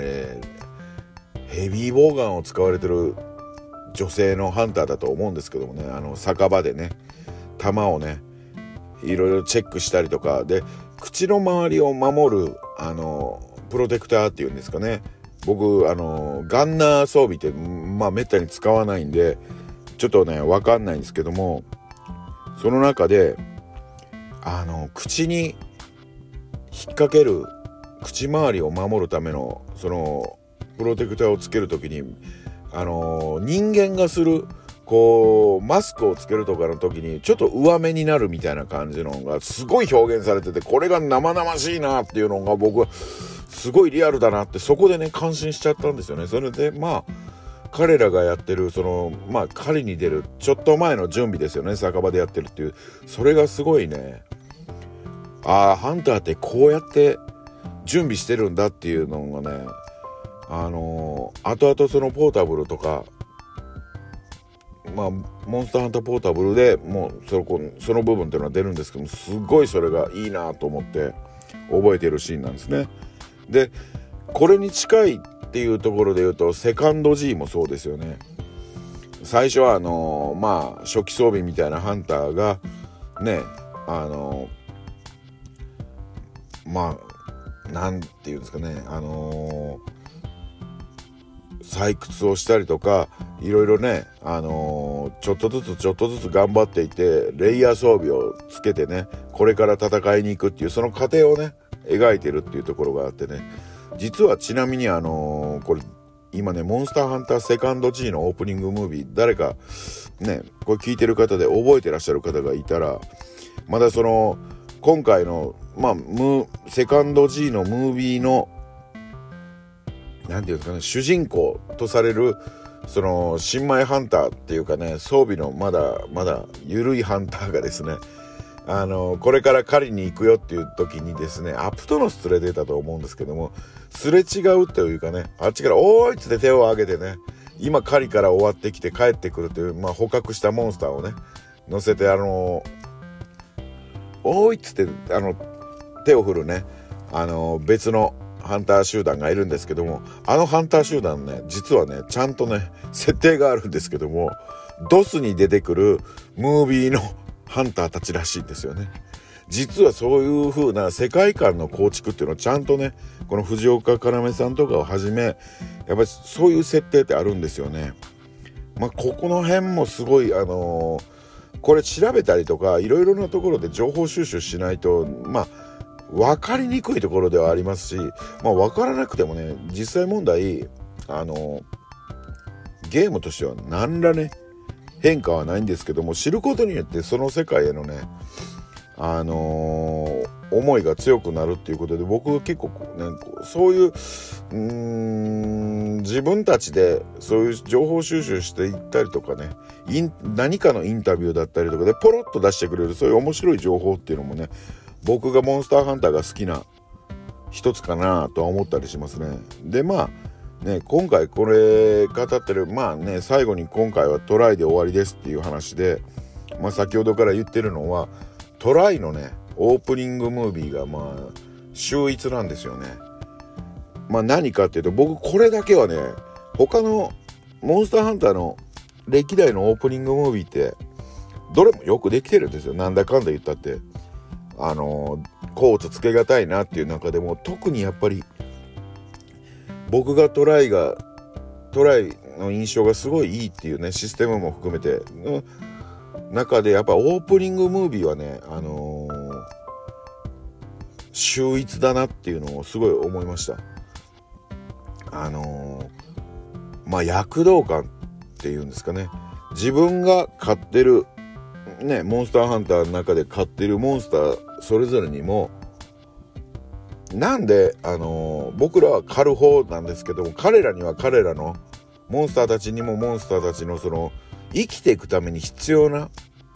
ヘビーボウガンを使われてる女性のハンターだと思うんですけどもね、酒場でね弾をねいろいろチェックしたりとかで、口の周りを守るプロテクターっていうんですかね。僕ガンナー装備ってめったに使わないんでちょっとね分かんないんですけども、その中で口に引っ掛ける口周りを守るためのそのプロテクターをつけるときに人間がするマスクをつけるとかの時にちょっと上目になるみたいな感じのがすごい表現されてて、これが生々しいなっていうのが僕はすごいリアルだなって、そこでね感心しちゃったんですよね。それで彼らがやってる狩りに出るちょっと前の準備ですよね、酒場でやってるっていう、それがすごいね、ハンターってこうやって準備してるんだっていうのがね、後々そのポータブルとかモンスターハンターポータブルでもうその部分っていうのは出るんですけども、すごいそれがいいなと思って覚えてるシーンなんですね。でこれに近いっていうところで言うとセカンド G もそうですよね。最初は初期装備みたいなハンターがねなんていうんですかね、採掘をしたりとかいろいろねちょっとずつ頑張っていてレイヤー装備をつけてねこれから戦いに行くっていうその過程をね描いてるっていうところがあってね、実はちなみにこれ今ねモンスターハンターセカンド G のオープニングムービー誰かねこれ聞いてる方で覚えてらっしゃる方がいたら、まだその今回のセカンド G のムービーのなんていうんですかね、主人公とされるその新米ハンターっていうかね、装備のまだ緩いハンターがですねこれから狩りに行くよっていう時にですね、アプトノス連れてたと思うんですけども、すれ違うというかね、あっちからおーいっつって手を挙げてね、今狩りから終わってきて帰ってくるという、捕獲したモンスターをね乗せておーいっつって手を振るね別のハンター集団がいるんですけども、ハンター集団ね実はねちゃんとね設定があるんですけども、ドスに出てくるムービーのハンターたちらしいんですよね。実はそういう風な世界観の構築っていうのはちゃんとねこの藤岡要さんとかをはじめやっぱりそういう設定ってあるんですよね。ここの辺もすごいこれ調べたりとかいろいろなところで情報収集しないと分かりにくいところではありますし、分からなくてもね、実際問題ゲームとしては何らね変化はないんですけども、知ることによってその世界へのね思いが強くなるっていうことで、僕は結構ねそういう自分たちでそういう情報収集していったりとかね、何かのインタビューだったりとかでポロッと出してくれるそういう面白い情報っていうのもね、僕がモンスターハンターが好きな一つかなとは思ったりしますね。で今回これ語ってる最後に今回はトライで終わりですっていう話で、先ほどから言ってるのはトライのねオープニングムービーが秀逸なんですよね。何かっていうと、僕これだけはね他のモンスターハンターの歴代のオープニングムービーってどれもよくできてるんですよ。なんだかんだ言ったってコーツつけがたいなっていう中でも、特にやっぱり僕がトライの印象がすごいいいっていうね、システムも含めて中でやっぱオープニングムービーはね秀逸だなっていうのをすごい思いました。躍動感っていうんですかね、自分が飼ってるねモンスターハンターの中で飼ってるモンスターそれぞれにもなんで僕らは狩る方なんですけども、彼らには彼らのモンスターたちにもモンスターたちのその生きていくために必要な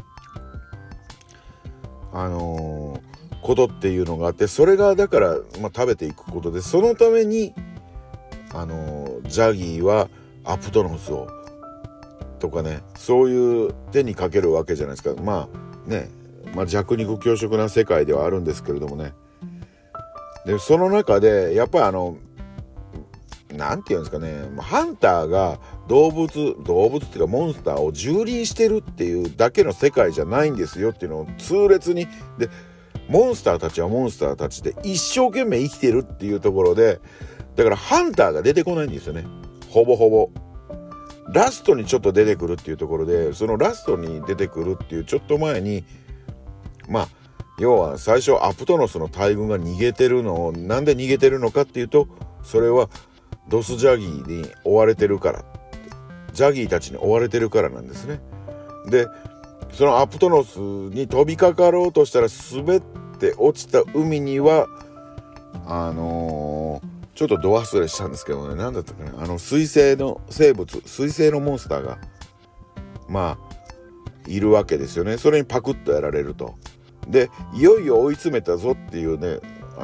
ことっていうのがあって、それがだから食べていくことで、そのためにジャギーはアプトノスをとかね、そういう手にかけるわけじゃないですか。弱肉強食な世界ではあるんですけれどもね。でその中でやっぱりなんていうんですかね、ハンターが動物っていうかモンスターを蹂躙してるっていうだけの世界じゃないんですよっていうのを痛烈に、でモンスターたちはモンスターたちで一生懸命生きてるっていうところで、だからハンターが出てこないんですよね。ほぼほぼラストにちょっと出てくるっていうところで、そのラストに出てくるっていうちょっと前に要は最初アプトノスの大軍が逃げてるのを、なんで逃げてるのかっていうと、それはドスジャギーに追われてるから、ジャギーたちに追われてるからなんですね。でそのアプトノスに飛びかかろうとしたら滑って落ちた海にはちょっとど忘れしたんですけどね、何だったかな、水生の生物、水生のモンスターがいるわけですよね。それにパクッとやられると。でいよいよ追い詰めたぞっていうね、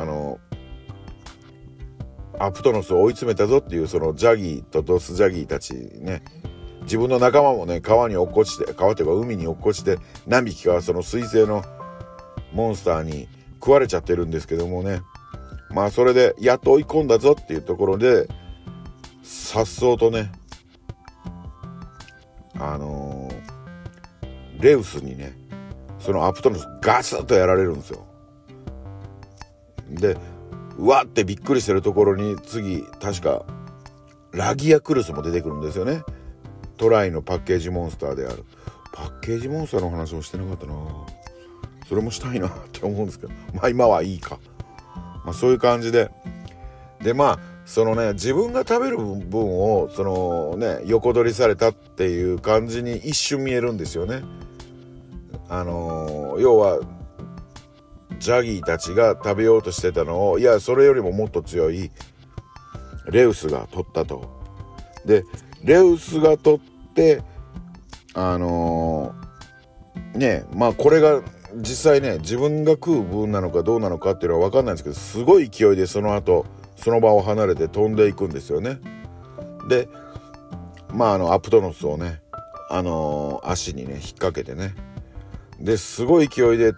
アプトノスを追い詰めたぞっていうそのジャギーとドスジャギーたちね、自分の仲間もね川というか海に落っこちて、何匹かその水生のモンスターに食われちゃってるんですけどもね、それでやっと追い込んだぞっていうところでさっそうとねレウスにねそのアプトノスガツッとやられるんですよ。でうわってびっくりしてるところに次確かラギアクルスも出てくるんですよね。トライのパッケージモンスターである。パッケージモンスターの話もしてなかったな。それもしたいなって思うんですけど、今はいいか。そういう感じでそのね自分が食べる分をそのね横取りされたっていう感じに一瞬見えるんですよね。要はジャギーたちが食べようとしてたのを、いやそれよりももっと強いレウスが取ったと。でレウスが取ってこれが実際ね自分が食う分なのかどうなのかっていうのは分かんないんですけど、すごい勢いでその後その場を離れて飛んでいくんですよね。でアプトノスをね足にね引っ掛けてね、ですごい勢いで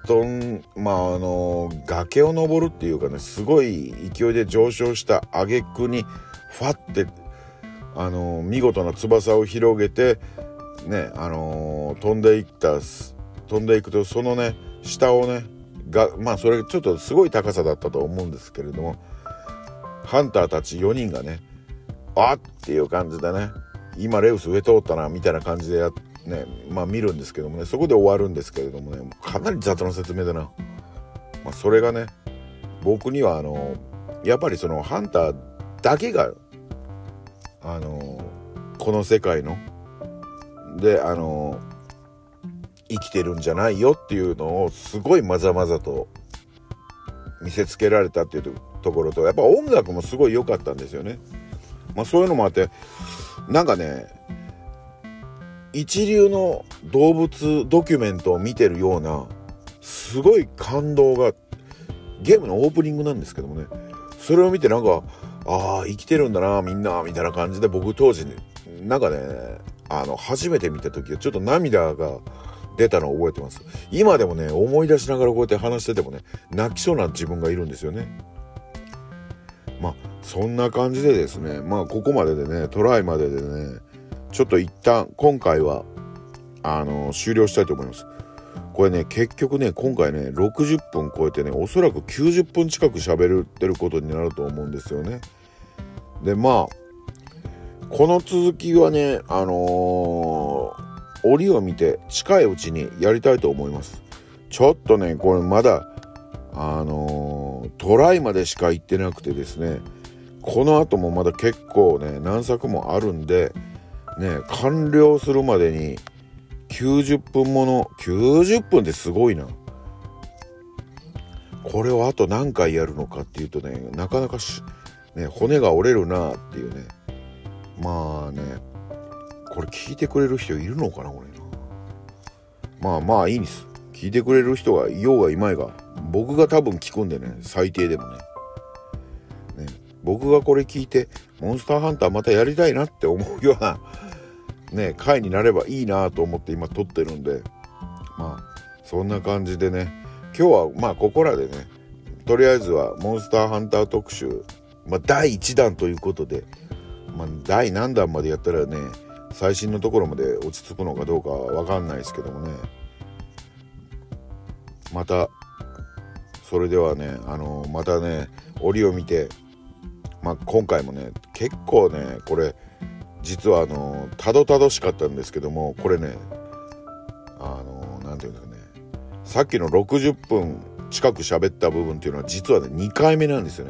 崖を登るっていうかね、すごい勢いで上昇した挙句にファって見事な翼を広げてね飛んでいくと、そのね下をねそれちょっとすごい高さだったと思うんですけれども、ハンターたち4人がねっていう感じでね、今レウス上通ったなみたいな感じでね見るんですけどもね、そこで終わるんですけれどもね、かなり雑な説明だな。それがね、僕にはやっぱりそのハンターだけがこの世界ので生きてるんじゃないよっていうのをすごいまざまざと見せつけられたっていうところと、やっぱ音楽もすごい良かったんですよね。そういうのもあって、なんかね、一流の動物ドキュメントを見てるようなすごい感動が、ゲームのオープニングなんですけどもね、それを見てなんか生きてるんだなみんなみたいな感じで、僕当時なんかね初めて見た時はちょっと涙が出たのを覚えてます。今でもね思い出しながらこうやって話しててもね、泣きそうな自分がいるんですよね。そんな感じでですね、ここまででね、トライまででね、ちょっと一旦今回は終了したいと思います。これね、結局ね、今回ね60分超えてね、おそらく90分近く喋ってることになると思うんですよね。でこの続きはね折を見て近いうちにやりたいと思います。ちょっとねこれまだトライまでしか行ってなくてですね、この後もまだ結構ね何作もあるんでね、完了するまでに90分もの、90分ってすごいな。これをあと何回やるのかっていうとね、なかなか骨が折れるなっていうね。これ聞いてくれる人いるのかな、これな。いいんです。聞いてくれる人がいようがいまいが、僕が多分聞くんでね、最低でもね。僕がこれ聞いてモンスターハンターまたやりたいなって思うようなね回になればいいなと思って今撮ってるんで、そんな感じでね、今日はここらでね、とりあえずはモンスターハンター特集、第1弾ということで、第何弾までやったらね最新のところまで落ち着くのかどうかは分かんないですけどもね、またそれではねまたね折を見て、今回もね結構ねこれ実はたどたどしかったんですけども、これねなんていうんですかね、さっきの60分近く喋った部分っていうのは実はね2回目なんですよね。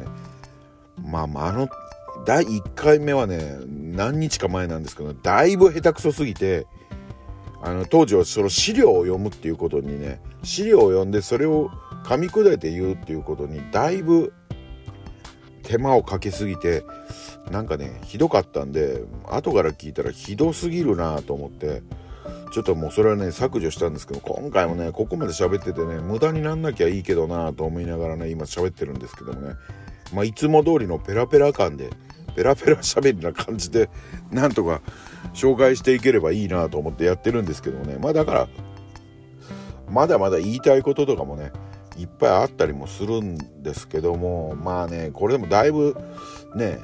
第1回目はね何日か前なんですけど、だいぶ下手くそすぎて、当時はその資料を読むっていうことにね、資料を読んでそれを噛み砕いて言うっていうことにだいぶ手間をかけすぎて、なんかねひどかったんで、後から聞いたらひどすぎるなと思って、ちょっともうそれはね削除したんですけど、今回もねここまで喋っててね、無駄になんなきゃいいけどなと思いながらね今喋ってるんですけどもね、いつも通りのペラペラ感でペラペラ喋りな感じでなんとか紹介していければいいなと思ってやってるんですけどもね、だからまだまだ言いたいこととかもねいっぱいあったりもするんですけども、これでもだいぶね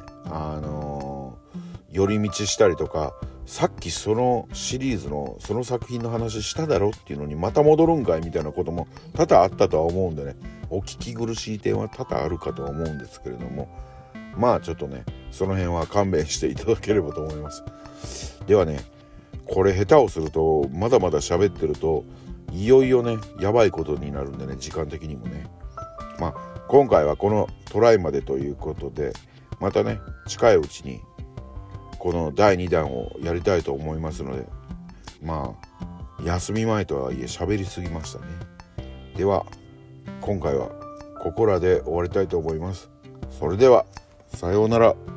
寄り道したりとか、さっきそのシリーズのその作品の話しただろっていうのにまた戻るんかいみたいなことも多々あったとは思うんでね、お聞き苦しい点は多々あるかとは思うんですけれども、ちょっとねその辺は勘弁していただければと思います。ではね、これ下手をするとまだまだ喋ってるといよいよねやばいことになるんでね、時間的にもね。今回はこのトライまでということで、またね近いうちにこの第2弾をやりたいと思いますので、休み前とはいえ喋りすぎましたね。では今回はここらで終わりたいと思います。それではさようなら。